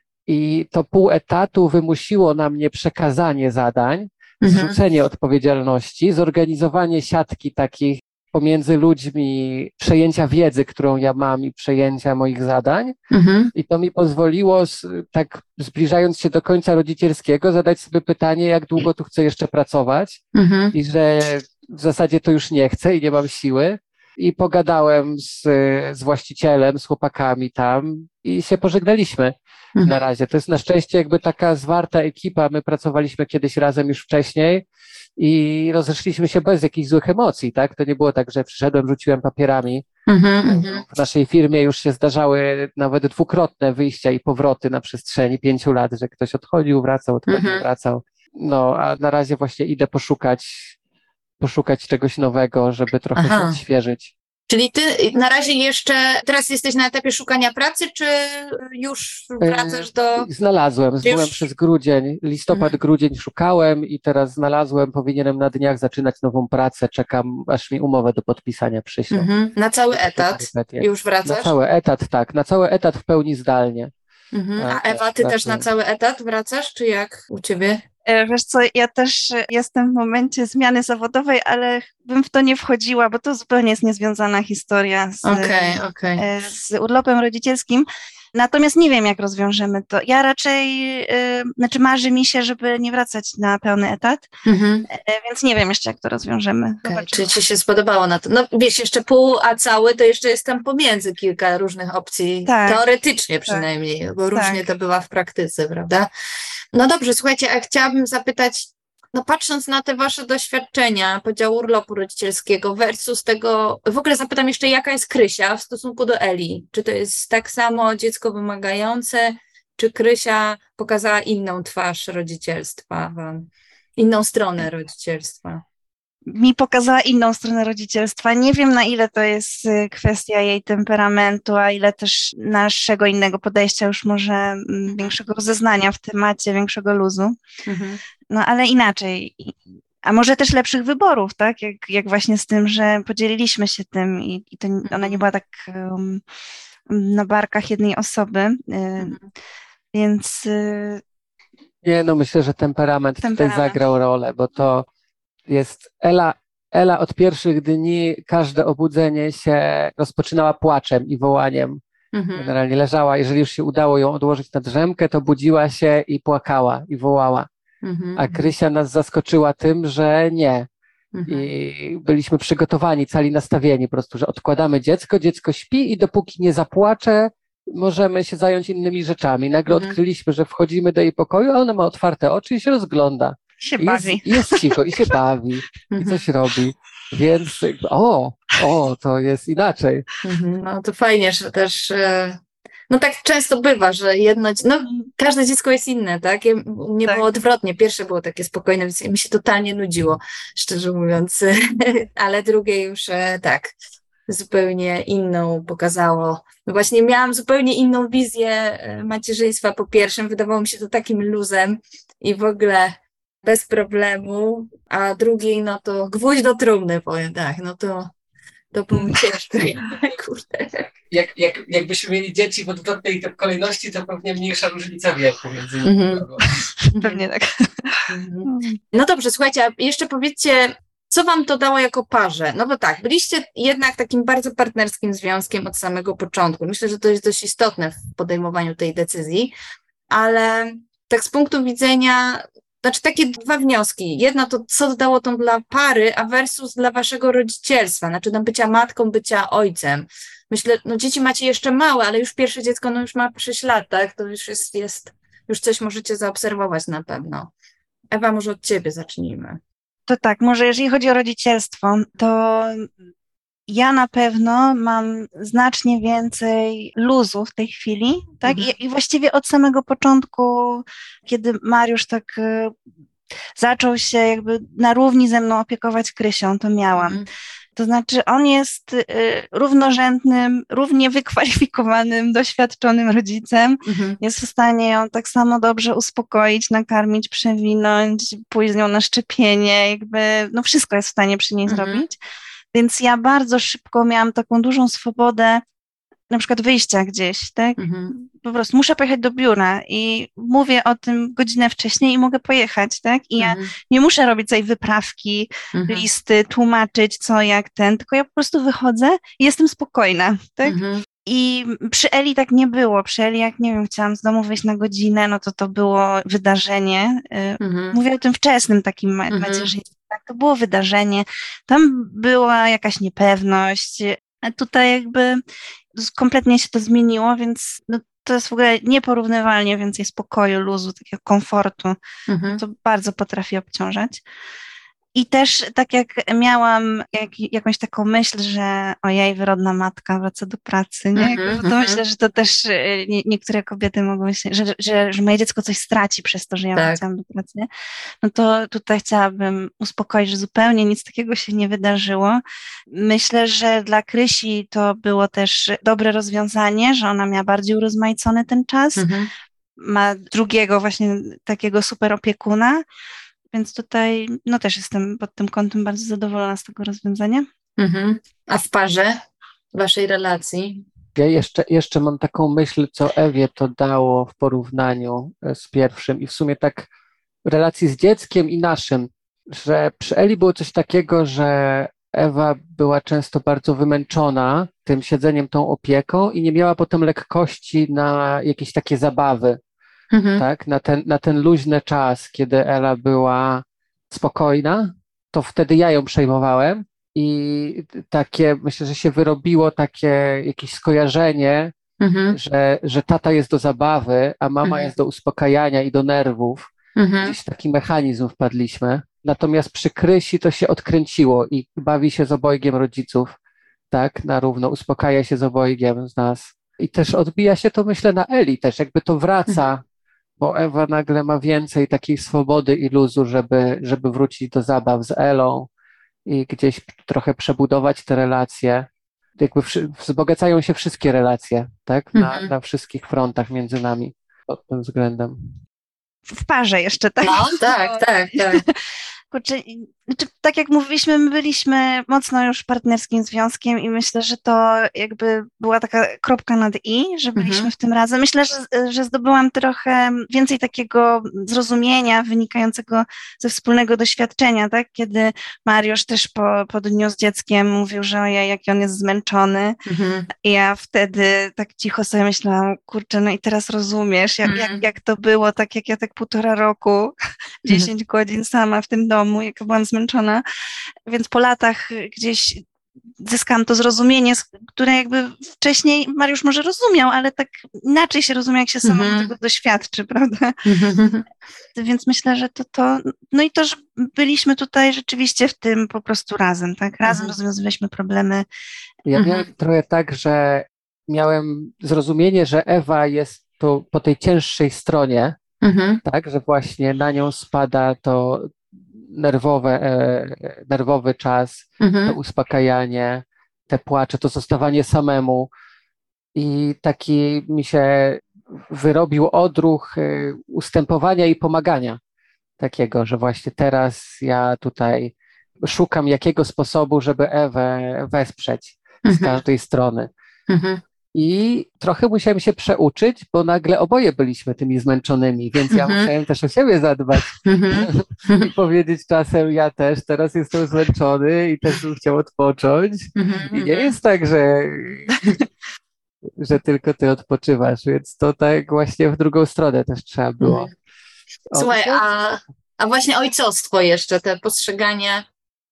I to pół etatu wymusiło na mnie przekazanie zadań, mhm. zrzucenie odpowiedzialności, zorganizowanie siatki takich pomiędzy ludźmi, przejęcia wiedzy, którą ja mam i przejęcia moich zadań. Mhm. I to mi pozwoliło, tak zbliżając się do końca rodzicielskiego, zadać sobie pytanie, jak długo tu chcę jeszcze pracować mhm. i że w zasadzie to już nie chcę i nie mam siły. I pogadałem z, z właścicielem, z chłopakami tam i się pożegnaliśmy. Mhm. Na razie. To jest na szczęście jakby taka zwarta ekipa. My pracowaliśmy kiedyś razem już wcześniej i rozeszliśmy się bez jakichś złych emocji, tak? To nie było tak, że przyszedłem, rzuciłem papierami. Mhm, w naszej firmie już się zdarzały nawet dwukrotne wyjścia i powroty na przestrzeni pięciu lat, że ktoś odchodził, wracał, odchodził, mhm. wracał. No, a na razie właśnie idę poszukać, poszukać czegoś nowego, żeby trochę Aha. się odświeżyć. Czyli ty na razie jeszcze, teraz jesteś na etapie szukania pracy, czy już wracasz do... Znalazłem, byłem już... przez grudzień, listopad, mhm. grudzień szukałem i teraz znalazłem, powinienem na dniach zaczynać nową pracę, czekam, aż mi umowę do podpisania przyślą. Mhm. Na cały etat już wracasz? Na cały etat, tak, na cały etat w pełni zdalnie. Mhm. A Ewa, ty też na cały etat wracasz, czy jak u ciebie? Wiesz co, ja też jestem w momencie zmiany zawodowej, ale bym w to nie wchodziła, bo to zupełnie jest niezwiązana historia z, okay, okay. z urlopem rodzicielskim. Natomiast nie wiem, jak rozwiążemy to. Ja raczej, yy, znaczy marzy mi się, żeby nie wracać na pełny etat, mhm. yy, więc nie wiem jeszcze, jak to rozwiążemy. Okay. Czy ci się spodobało na to? No wiesz, jeszcze pół, a cały to jeszcze jest tam pomiędzy kilka różnych opcji, tak. teoretycznie przynajmniej, tak. bo różnie tak. to bywa w praktyce, prawda? No dobrze, słuchajcie, a chciałabym zapytać, no patrząc na te wasze doświadczenia, podziału urlopu rodzicielskiego versus tego, w ogóle zapytam jeszcze, jaka jest Krysia w stosunku do Eli? Czy to jest tak samo dziecko wymagające, czy Krysia pokazała inną twarz rodzicielstwa wam, inną stronę rodzicielstwa? Mi pokazała inną stronę rodzicielstwa. Nie wiem, na ile to jest kwestia jej temperamentu, a ile też naszego innego podejścia, już może większego rozeznania w temacie, większego luzu. Mhm. No ale inaczej. A może też lepszych wyborów, tak? Jak, jak właśnie z tym, że podzieliliśmy się tym i, i to ona nie była tak um, na barkach jednej osoby. Mhm. Więc... Nie, no myślę, że temperament, temperament tutaj zagrał rolę, bo to jest Ela, Ela od pierwszych dni, każde obudzenie się rozpoczynała płaczem i wołaniem. Mhm. Generalnie leżała, jeżeli już się udało ją odłożyć na drzemkę, to budziła się i płakała i wołała. Mhm. A Krysia nas zaskoczyła tym, że nie. Mhm. I byliśmy przygotowani, cali nastawieni po prostu, że odkładamy dziecko, dziecko śpi i dopóki nie zapłacze, możemy się zająć innymi rzeczami. Nagle mhm. odkryliśmy, że wchodzimy do jej pokoju, a ona ma otwarte oczy i się rozgląda. się bawi. Jest, jest cicho i się bawi i coś robi. Więc o, o, to jest inaczej. No to fajnie, że też no tak często bywa, że jedno, no każde dziecko jest inne, tak? U mnie tak. było odwrotnie. Pierwsze było takie spokojne, więc mi się totalnie nudziło, szczerze mówiąc, ale drugie już tak zupełnie inną pokazało. No właśnie miałam zupełnie inną wizję macierzyństwa po pierwszym, wydawało mi się to takim luzem i w ogóle bez problemu, a drugiej, no to gwóźdź do trumny, powiem tak, no to, to był ciężki, kurde. Jak, jak, jakbyśmy mieli dzieci w odwrotnej kolejności, to pewnie mniejsza różnica wieku między nimi. Mm-hmm. Pewnie tak. Mm-hmm. No dobrze, słuchajcie, a jeszcze powiedzcie, co wam to dało jako parze? No bo tak, byliście jednak takim bardzo partnerskim związkiem od samego początku. Myślę, że to jest dość istotne w podejmowaniu tej decyzji, ale tak z punktu widzenia, znaczy takie dwa wnioski. Jedno to, co dało to dla pary, a versus dla waszego rodzicielstwa, znaczy do bycia matką, bycia ojcem. Myślę, no dzieci macie jeszcze małe, ale już pierwsze dziecko, no już ma sześć lat, tak? To już jest, jest, już coś możecie zaobserwować na pewno. Ewa, może od ciebie zacznijmy. To tak, może jeżeli chodzi o rodzicielstwo, to ja na pewno mam znacznie więcej luzu w tej chwili, tak? Mhm. I, I właściwie od samego początku, kiedy Mariusz tak y, zaczął się jakby na równi ze mną opiekować Krysią, to miałam. Mhm. To znaczy on jest y, równorzędnym, równie wykwalifikowanym, doświadczonym rodzicem. Mhm. Jest w stanie ją tak samo dobrze uspokoić, nakarmić, przewinąć, pójść z nią na szczepienie, jakby no wszystko jest w stanie przy niej mhm. zrobić. Więc ja bardzo szybko miałam taką dużą swobodę, na przykład wyjścia gdzieś, tak? Mhm. Po prostu muszę pojechać do biura i mówię o tym godzinę wcześniej i mogę pojechać, tak? I mhm. ja nie muszę robić tej wyprawki, mhm. listy, tłumaczyć co, jak ten, tylko ja po prostu wychodzę i jestem spokojna, tak? Mhm. I przy Eli tak nie było. Przy Eli, jak nie wiem, chciałam z domu wyjść na godzinę, no to to było wydarzenie. Mhm. Mówię o tym wczesnym takim mhm. macierzyństwie. Tak, to było wydarzenie. Tam była jakaś niepewność, a tutaj jakby kompletnie się to zmieniło, więc no, to jest w ogóle nieporównywalnie więcej spokoju, luzu, takiego komfortu. Mhm. To bardzo potrafi obciążać. I też tak jak miałam jak, jakąś taką myśl, że ojej, wyrodna matka wraca do pracy, nie? Mm-hmm, to mm-hmm. myślę, że to też nie, niektóre kobiety mogą myśleć, że, że, że moje dziecko coś straci przez to, że ja tak. wracam do pracy. Nie? No to tutaj chciałabym uspokoić, że zupełnie nic takiego się nie wydarzyło. Myślę, że dla Krysi to było też dobre rozwiązanie, że ona miała bardziej urozmaicony ten czas. Mm-hmm. Ma drugiego właśnie takiego super opiekuna. Więc tutaj no też jestem pod tym kątem bardzo zadowolona z tego rozwiązania. Mhm. A w parze waszej relacji? Ja jeszcze, jeszcze mam taką myśl, co Ewie to dało w porównaniu z pierwszym i w sumie tak w relacji z dzieckiem i naszym, że przy Eli było coś takiego, że Ewa była często bardzo wymęczona tym siedzeniem, tą opieką i nie miała potem lekkości na jakieś takie zabawy, mhm. tak? Na ten, na ten luźny czas, kiedy Ela była spokojna, to wtedy ja ją przejmowałem i takie, myślę, że się wyrobiło takie jakieś skojarzenie, mhm. że, że tata jest do zabawy, a mama mhm. jest do uspokajania i do nerwów. Mhm. Gdzieś w taki mechanizm wpadliśmy. Natomiast przy Krysi to się odkręciło i bawi się z obojgiem rodziców, tak, na równo, uspokaja się z obojgiem z nas. I też odbija się to, myślę, na Eli też, jakby to wraca, mhm. bo Ewa nagle ma więcej takiej swobody i luzu, żeby, żeby wrócić do zabaw z Elą i gdzieś trochę przebudować te relacje. Jakby wszy- wzbogacają się wszystkie relacje, tak, na, mhm. na wszystkich frontach między nami pod tym względem. W parze jeszcze, tak? No, tak, tak, tak. Kurczę, znaczy, tak jak mówiliśmy, my byliśmy mocno już partnerskim związkiem i myślę, że to jakby była taka kropka nad i, że byliśmy mhm. w tym razem. Myślę, że, że zdobyłam trochę więcej takiego zrozumienia wynikającego ze wspólnego doświadczenia, tak? Kiedy Mariusz też po, po dniu z dzieckiem mówił, że ojej, jaki on jest zmęczony. Mhm. I ja wtedy tak cicho sobie myślałam, kurczę, no i teraz rozumiesz, jak, mhm. jak, jak to było, tak jak ja tak półtora roku, dziesięć mhm. godzin sama w tym domu, jak byłam zmęczona, więc po latach gdzieś zyskałam to zrozumienie, które jakby wcześniej Mariusz może rozumiał, ale tak inaczej się rozumie, jak się sama mm-hmm. tego doświadczy, prawda? Mm-hmm. Więc myślę, że to to, no i to, że byliśmy tutaj rzeczywiście w tym po prostu razem, tak? Razem mm-hmm. rozwiązywaliśmy problemy. Ja mm-hmm. miałem trochę tak, że miałem zrozumienie, że Ewa jest tu po tej cięższej stronie, mm-hmm. tak? Że właśnie na nią spada to nerwowe, e, nerwowy czas, mhm. to uspokajanie, te płacze, to zostawanie samemu i taki mi się wyrobił odruch e, ustępowania i pomagania takiego, że właśnie teraz ja tutaj szukam jakiego sposobu, żeby Ewę wesprzeć mhm. z każdej strony. Mhm. I trochę musiałem się przeuczyć, bo nagle oboje byliśmy tymi zmęczonymi, więc ja mm-hmm. musiałem też o siebie zadbać mm-hmm. i powiedzieć czasem, ja też teraz jestem zmęczony i też bym chciał odpocząć. Mm-hmm. I nie jest tak, że, że tylko ty odpoczywasz, więc to tak właśnie w drugą stronę też trzeba było. Słuchaj, a, a właśnie ojcostwo jeszcze, te postrzeganie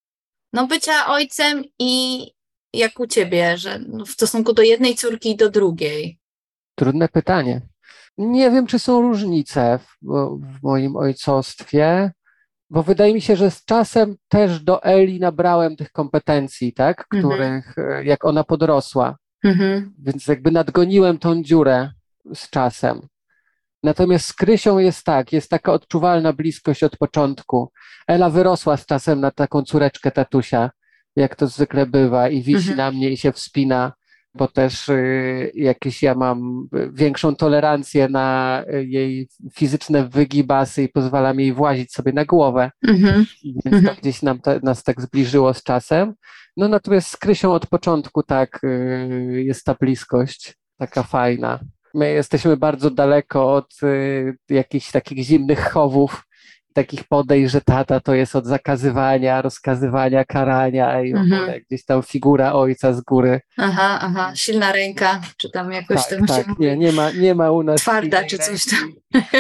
no bycia ojcem i jak u ciebie, że w stosunku do jednej córki i do drugiej? Trudne pytanie. Nie wiem, czy są różnice w, w moim ojcostwie, bo wydaje mi się, że z czasem też do Eli nabrałem tych kompetencji, tak, których mm-hmm. jak ona podrosła. Mm-hmm. Więc jakby nadgoniłem tą dziurę z czasem. Natomiast z Krysią jest tak, jest taka odczuwalna bliskość od początku. Ela wyrosła z czasem na taką córeczkę tatusia, jak to zwykle bywa, i wisi mhm. na mnie i się wspina, bo też y, jakieś ja mam większą tolerancję na y, jej fizyczne wygibasy i pozwalam jej włazić sobie na głowę, mhm. więc mhm. to gdzieś nam te, nas tak zbliżyło z czasem. No natomiast z Krysią od początku tak y, jest ta bliskość taka fajna. My jesteśmy bardzo daleko od y, jakichś takich zimnych chowów, takich podejść, że tata to jest od zakazywania, rozkazywania, karania i mm-hmm. ogóle gdzieś tam figura ojca z góry. Aha, aha, silna ręka, czy tam jakoś tak, tam tak, się nie, nie ma, nie ma u nas twarda, czy coś tam.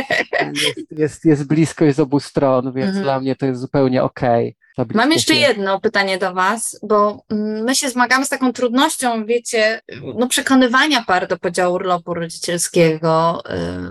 Jest, jest, jest bliskość z obu stron, więc mm-hmm. dla mnie to jest zupełnie okej. Okay. Mam jeszcze jedno pytanie do was, bo my się zmagamy z taką trudnością, wiecie, no przekonywania par do podziału urlopu rodzicielskiego.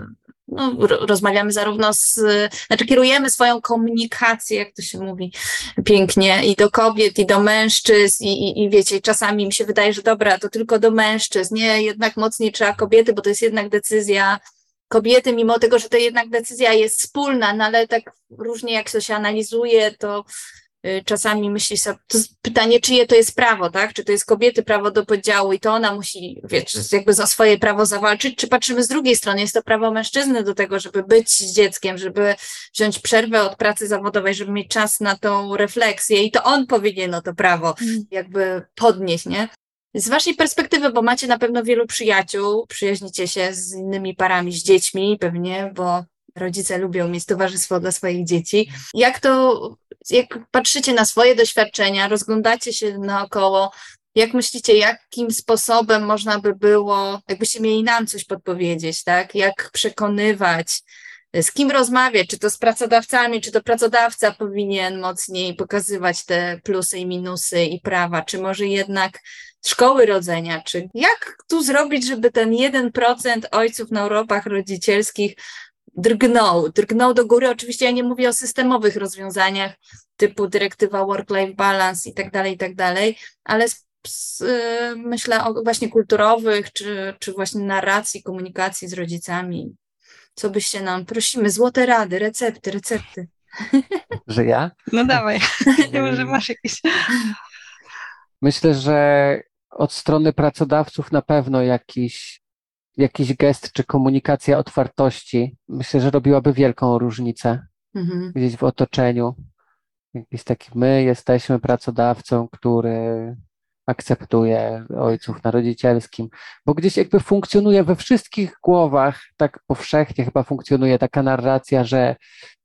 No, rozmawiamy zarówno z, znaczy kierujemy swoją komunikację, jak to się mówi pięknie, i do kobiet, i do mężczyzn, i, i, i wiecie, czasami mi się wydaje, że dobra, to tylko do mężczyzn, nie, jednak mocniej trzeba kobiety, bo to jest jednak decyzja kobiety, mimo tego, że to jednak decyzja jest wspólna, no ale tak różnie jak to się analizuje, to czasami myśli sobie, to jest pytanie, czyje to jest prawo, tak? Czy to jest kobiety prawo do podziału i to ona musi, wiecie, jakby za swoje prawo zawalczyć, czy patrzymy z drugiej strony, jest to prawo mężczyzny do tego, żeby być z dzieckiem, żeby wziąć przerwę od pracy zawodowej, żeby mieć czas na tą refleksję i to on powinien no to prawo jakby podnieść, nie? Z waszej perspektywy, bo macie na pewno wielu przyjaciół, przyjaźnicie się z innymi parami, z dziećmi pewnie, bo rodzice lubią mieć towarzystwo dla swoich dzieci. Jak to, jak patrzycie na swoje doświadczenia, rozglądacie się naokoło, Jak myślicie, jakim sposobem można by było, jakbyście mieli nam coś podpowiedzieć, tak? Jak przekonywać, z kim rozmawiać, czy to z pracodawcami, czy to pracodawca powinien mocniej pokazywać te plusy i minusy i prawa, czy może jednak szkoły rodzenia, czy jak tu zrobić, żeby ten jeden procent ojców na urlopach rodzicielskich drgnął, drgnął do góry. Oczywiście ja nie mówię o systemowych rozwiązaniach typu dyrektywa work-life balance i tak dalej, i tak dalej, ale z, z, myślę o właśnie kulturowych, czy, czy właśnie narracji, komunikacji z rodzicami. Co byście nam, prosimy, złote rady, recepty, recepty. Że ja? No dawaj, może masz jakieś... Myślę, że od strony pracodawców na pewno jakiś, jakiś gest czy komunikacja otwartości, myślę, że robiłaby wielką różnicę mhm. gdzieś w otoczeniu. Jakiś taki, my jesteśmy pracodawcą, który akceptuje ojców na rodzicielskim, bo gdzieś jakby funkcjonuje we wszystkich głowach, tak powszechnie chyba funkcjonuje taka narracja, że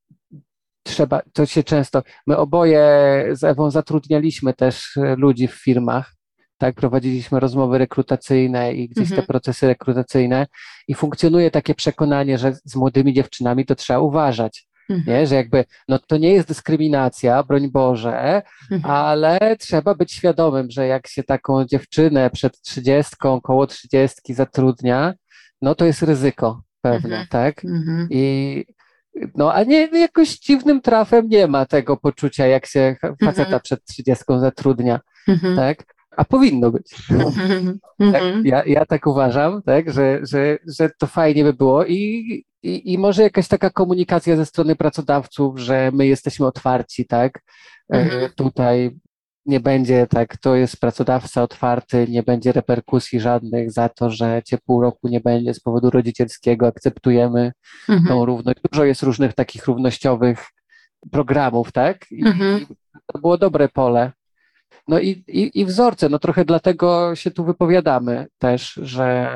trzeba, to się często, my oboje z Ewą zatrudnialiśmy też ludzi w firmach, tak, prowadziliśmy rozmowy rekrutacyjne i gdzieś mhm. te procesy rekrutacyjne i funkcjonuje takie przekonanie, że z młodymi dziewczynami to trzeba uważać. Mhm. Nie? Że jakby, no to nie jest dyskryminacja, broń Boże, mhm. ale trzeba być świadomym, że jak się taką dziewczynę przed trzydziestką, koło trzydziestki zatrudnia, no to jest ryzyko pewne, mhm. tak? Mhm. I no, a nie, jakoś dziwnym trafem nie ma tego poczucia, jak się faceta mhm. przed trzydziestką zatrudnia, mhm. tak? A powinno być. Mhm. Tak? Ja, ja tak uważam, tak? Że, że, że to fajnie by było i, i, i może jakaś taka komunikacja ze strony pracodawców, że my jesteśmy otwarci, tak? Mhm. E, tutaj nie będzie tak, to jest pracodawca otwarty, nie będzie reperkusji żadnych za to, że cię pół roku nie będzie z powodu rodzicielskiego, akceptujemy mhm. tą równość. Dużo jest różnych takich równościowych programów, tak? I, mhm. i to było dobre pole. No i, i, i wzorce, no trochę dlatego się tu wypowiadamy też, że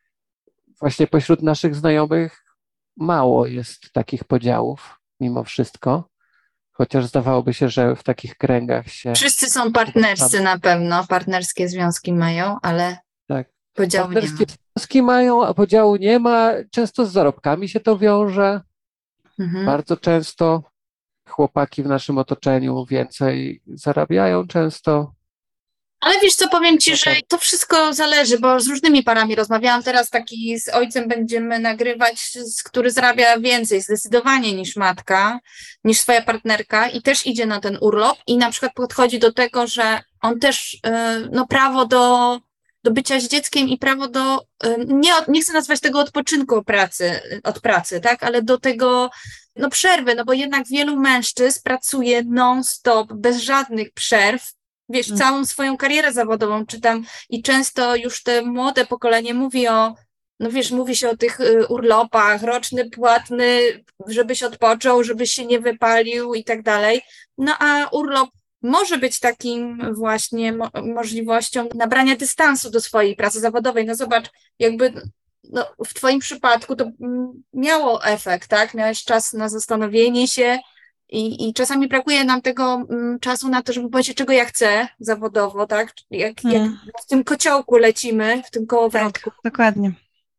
właśnie pośród naszych znajomych mało jest takich podziałów mimo wszystko, chociaż zdawałoby się, że w takich kręgach się... Wszyscy są partnerscy na pewno, partnerskie związki mają, ale tak. podziału nie ma. Partnerskie związki mają, a podziału nie ma, często z zarobkami się to wiąże, mhm. bardzo często. Chłopaki w naszym otoczeniu więcej zarabiają często. Ale wiesz co, powiem ci, że to wszystko zależy, bo z różnymi parami rozmawiałam teraz, taki z ojcem będziemy nagrywać, który zarabia więcej zdecydowanie niż matka, niż swoja partnerka i też idzie na ten urlop i na przykład podchodzi do tego, że on też, no prawo do, do bycia z dzieckiem i prawo do, nie, nie chcę nazwać tego odpoczynku od pracy, od pracy, tak, ale do tego no przerwy, no bo jednak wielu mężczyzn pracuje non-stop, bez żadnych przerw, wiesz, mm. całą swoją karierę zawodową czytam i często już te młode pokolenie mówi o, no wiesz, mówi się o tych urlopach, roczny, płatny, żebyś odpoczął, żebyś się nie wypalił i tak dalej, no a urlop może być takim właśnie mo- możliwością nabrania dystansu do swojej pracy zawodowej, no zobacz, jakby no, w twoim przypadku to miało efekt, tak? Miałeś czas na zastanowienie się i, i czasami brakuje nam tego m, czasu na to, żeby powiedzieć, czego ja chcę zawodowo, tak? Jak, hmm. jak w tym kociołku lecimy, w tym kołowrotku. Tak, dokładnie.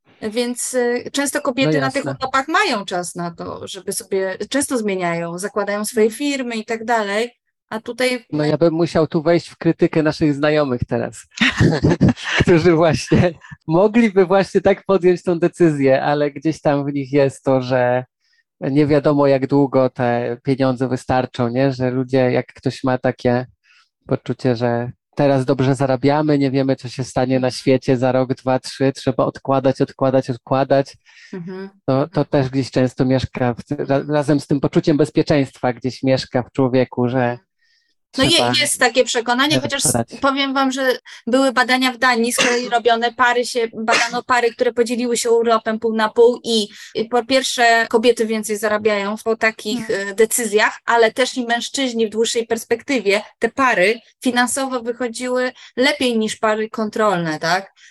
Więc y, często kobiety no na tych urlopach mają czas na to, żeby sobie, często zmieniają, zakładają swoje firmy i tak dalej. A tutaj... No ja bym musiał tu wejść w krytykę naszych znajomych teraz, którzy właśnie mogliby właśnie tak podjąć tą decyzję, ale gdzieś tam w nich jest to, że nie wiadomo jak długo te pieniądze wystarczą, nie? Że ludzie, jak ktoś ma takie poczucie, że teraz dobrze zarabiamy, nie wiemy co się stanie na świecie za rok, dwa, trzy, trzeba odkładać, odkładać, odkładać, mhm. to, to też gdzieś często mieszka, w, razem z tym poczuciem bezpieczeństwa gdzieś mieszka w człowieku, że No je, jest takie przekonanie, chociaż powiem wam, że były badania w Danii z kolei robione, pary się, badano pary, które podzieliły się urlopem pół na pół i po pierwsze kobiety więcej zarabiają po takich hmm. decyzjach, ale też i mężczyźni w dłuższej perspektywie, te pary finansowo wychodziły lepiej niż pary kontrolne, tak?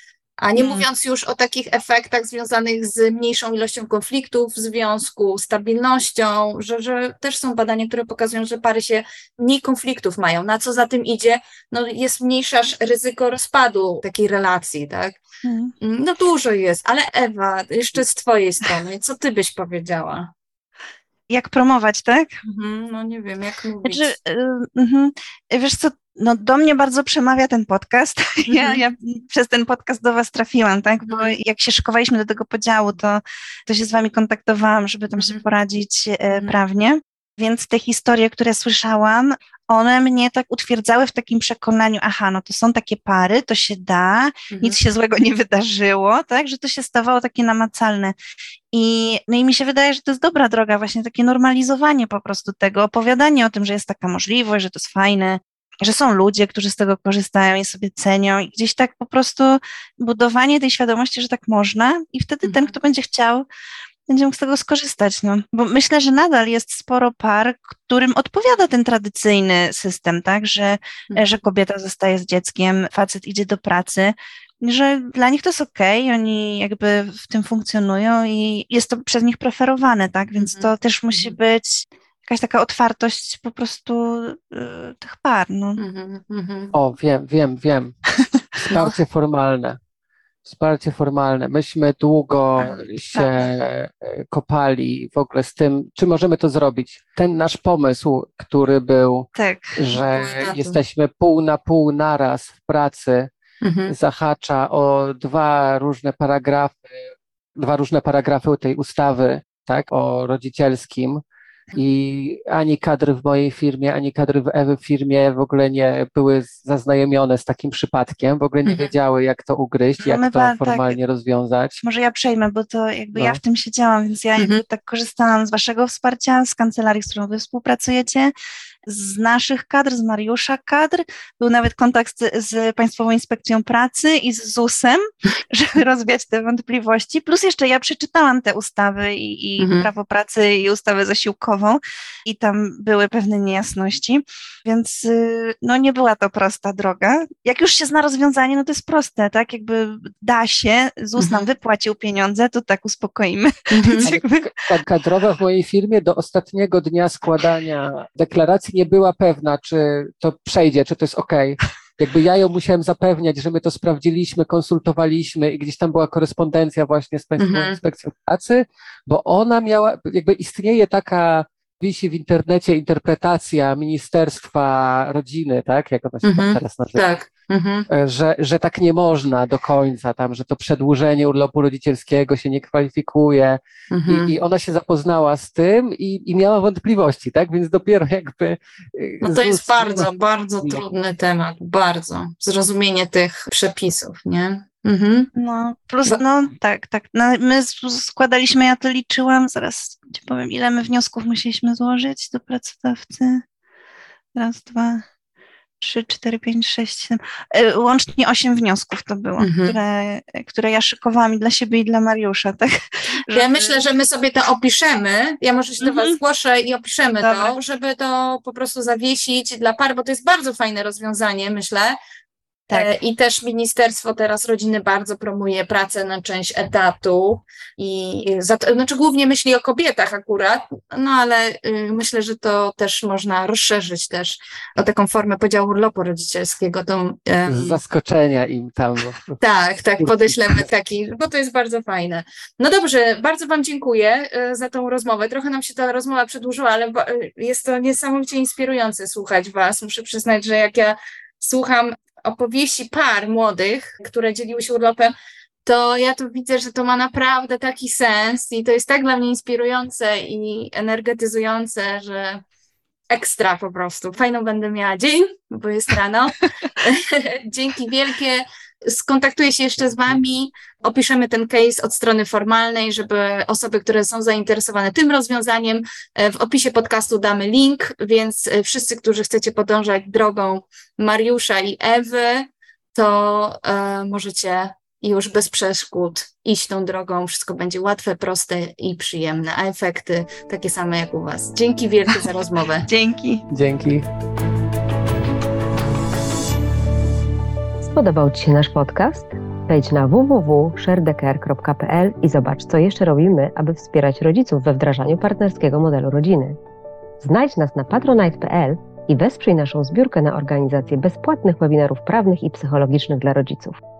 A nie Mm. mówiąc już o takich efektach związanych z mniejszą ilością konfliktów w związku, stabilnością, że, że też są badania, które pokazują, że pary się mniej konfliktów mają. Na co za tym idzie? No jest mniejsze ryzyko rozpadu takiej relacji, tak? Mm. No dużo jest, ale Ewa, jeszcze z twojej strony, co ty byś powiedziała? Jak promować, tak? Mhm, no nie wiem, jak mówić. Znaczy, y, y, wiesz co, no do mnie bardzo przemawia ten podcast. Mhm. Ja, ja przez ten podcast do was trafiłam, tak? Bo Mhm. jak się szykowaliśmy do tego podziału, to, to się z wami kontaktowałam, żeby tam Mhm. się poradzić e, Mhm. prawnie. Więc te historie, które słyszałam, one mnie tak utwierdzały w takim przekonaniu, aha, no to są takie pary, to się da, Mhm. nic się złego nie wydarzyło, tak? Że to się stawało takie namacalne. I, no i mi się wydaje, że to jest dobra droga, właśnie takie normalizowanie po prostu tego, opowiadanie o tym, że jest taka możliwość, że to jest fajne, że są ludzie, którzy z tego korzystają i sobie cenią i gdzieś tak po prostu budowanie tej świadomości, że tak można i wtedy Mhm. ten, kto będzie chciał, będzie mógł z tego skorzystać. No. Bo myślę, że nadal jest sporo par, którym odpowiada ten tradycyjny system, tak, że, Mhm. że kobieta zostaje z dzieckiem, facet idzie do pracy, że dla nich to jest okej, oni jakby w tym funkcjonują i jest to przez nich preferowane, tak, więc Mhm. to też musi Mhm. być jakaś taka otwartość po prostu y, tych par, no. Mhm. Mhm. O, wiem, wiem, wiem. Wsparcie formalne. Wsparcie formalne. Myśmy długo się e, kopali w ogóle z tym, czy możemy to zrobić. Ten nasz pomysł, który był, Tak. że Etaty. jesteśmy pół na pół naraz w pracy, Mhm. zahacza o dwa różne paragrafy, dwa różne paragrafy tej ustawy, tak, o rodzicielskim. I ani kadry w mojej firmie, ani kadry w Ewy firmie w ogóle nie były zaznajomione z takim przypadkiem, w ogóle nie Mhm. wiedziały, jak to ugryźć, No jak my to ba- tak. formalnie rozwiązać. Może ja przejmę, bo to jakby No. ja w tym siedziałam, więc ja Mhm. jakby tak korzystałam z waszego wsparcia, z kancelarii, z którą wy współpracujecie, z naszych kadr, z Mariusza kadr. Był nawet kontakt z, z Państwową Inspekcją Pracy i z zusem, żeby rozwiać te wątpliwości. Plus jeszcze ja przeczytałam te ustawy i, i Mhm. prawo pracy i ustawę zasiłkową i tam były pewne niejasności, więc y, no nie była to prosta droga. Jak już się zna rozwiązanie, no to jest proste, tak? Jakby da się, ZUS nam Mhm. wypłacił pieniądze, to tak uspokoimy. Mhm. Ale ka- kadrowa w mojej firmie do ostatniego dnia składania deklaracji nie była pewna, czy to przejdzie, czy to jest okej. Jakby ja ją musiałem zapewniać, że my to sprawdziliśmy, konsultowaliśmy i gdzieś tam była korespondencja właśnie z Państwową Mhm. Inspekcją Pracy, bo ona miała, jakby istnieje taka, wisi w internecie interpretacja Ministerstwa Rodziny, tak, jak ona się Mhm. tam teraz nazywa, Tak. Mhm. że, że tak nie można do końca, tam, że to przedłużenie urlopu rodzicielskiego się nie kwalifikuje. Mhm. I, I ona się zapoznała z tym i, i miała wątpliwości, tak? Więc dopiero jakby... y, No to ZUS jest bardzo, bardzo No. trudny temat, bardzo. Zrozumienie tych przepisów, nie? Mhm. No, plus, Bo- no tak, tak. No, my s- składaliśmy, ja to liczyłam, zaraz ci powiem, ile my wniosków musieliśmy złożyć do pracodawcy. Raz, dwa, trzy, cztery, pięć, sześć, siedem. E, Łącznie osiem wniosków to było, Mhm. które, które ja szykowałam i dla siebie, i dla Mariusza, tak? Ja Żeby- myślę, że my sobie to opiszemy. Ja może się do Mhm. Was zgłoszę i opiszemy Dobra. to, żeby to po prostu zawiesić dla par, bo to jest bardzo fajne rozwiązanie, myślę. Tak. E, I też Ministerstwo teraz Rodziny bardzo promuje pracę na część etatu i za to, znaczy głównie myśli o kobietach akurat, no ale y, myślę, że to też można rozszerzyć też o taką formę podziału urlopu rodzicielskiego. Tą, em, Z zaskoczenia im tam. no. tak, tak, podeślemy taki, bo to jest bardzo fajne. No dobrze, bardzo Wam dziękuję e, za tą rozmowę. Trochę nam się ta rozmowa przedłużyła, ale ba- e, jest to niesamowicie inspirujące słuchać Was. Muszę przyznać, że jak ja słucham opowieści par młodych, które dzieliły się urlopem, to ja tu widzę, że to ma naprawdę taki sens i to jest tak dla mnie inspirujące i energetyzujące, że ekstra po prostu. Fajną będę miała dzień, bo jest rano. Dzięki wielkie. Skontaktuję się jeszcze z Wami, opiszemy ten case od strony formalnej, żeby osoby, które są zainteresowane tym rozwiązaniem, w opisie podcastu damy link, więc wszyscy, którzy chcecie podążać drogą Mariusza i Ewy, to e, możecie już bez przeszkód iść tą drogą. Wszystko będzie łatwe, proste i przyjemne, a efekty takie same jak u Was. Dzięki wielkie za rozmowę. Dzięki. Dzięki. Spodobał Ci się nasz podcast? Wejdź na w w w kropka share the care kropka p l i zobacz, co jeszcze robimy, aby wspierać rodziców we wdrażaniu partnerskiego modelu rodziny. Znajdź nas na patronite kropka p l i wesprzyj naszą zbiórkę na organizację bezpłatnych webinarów prawnych i psychologicznych dla rodziców.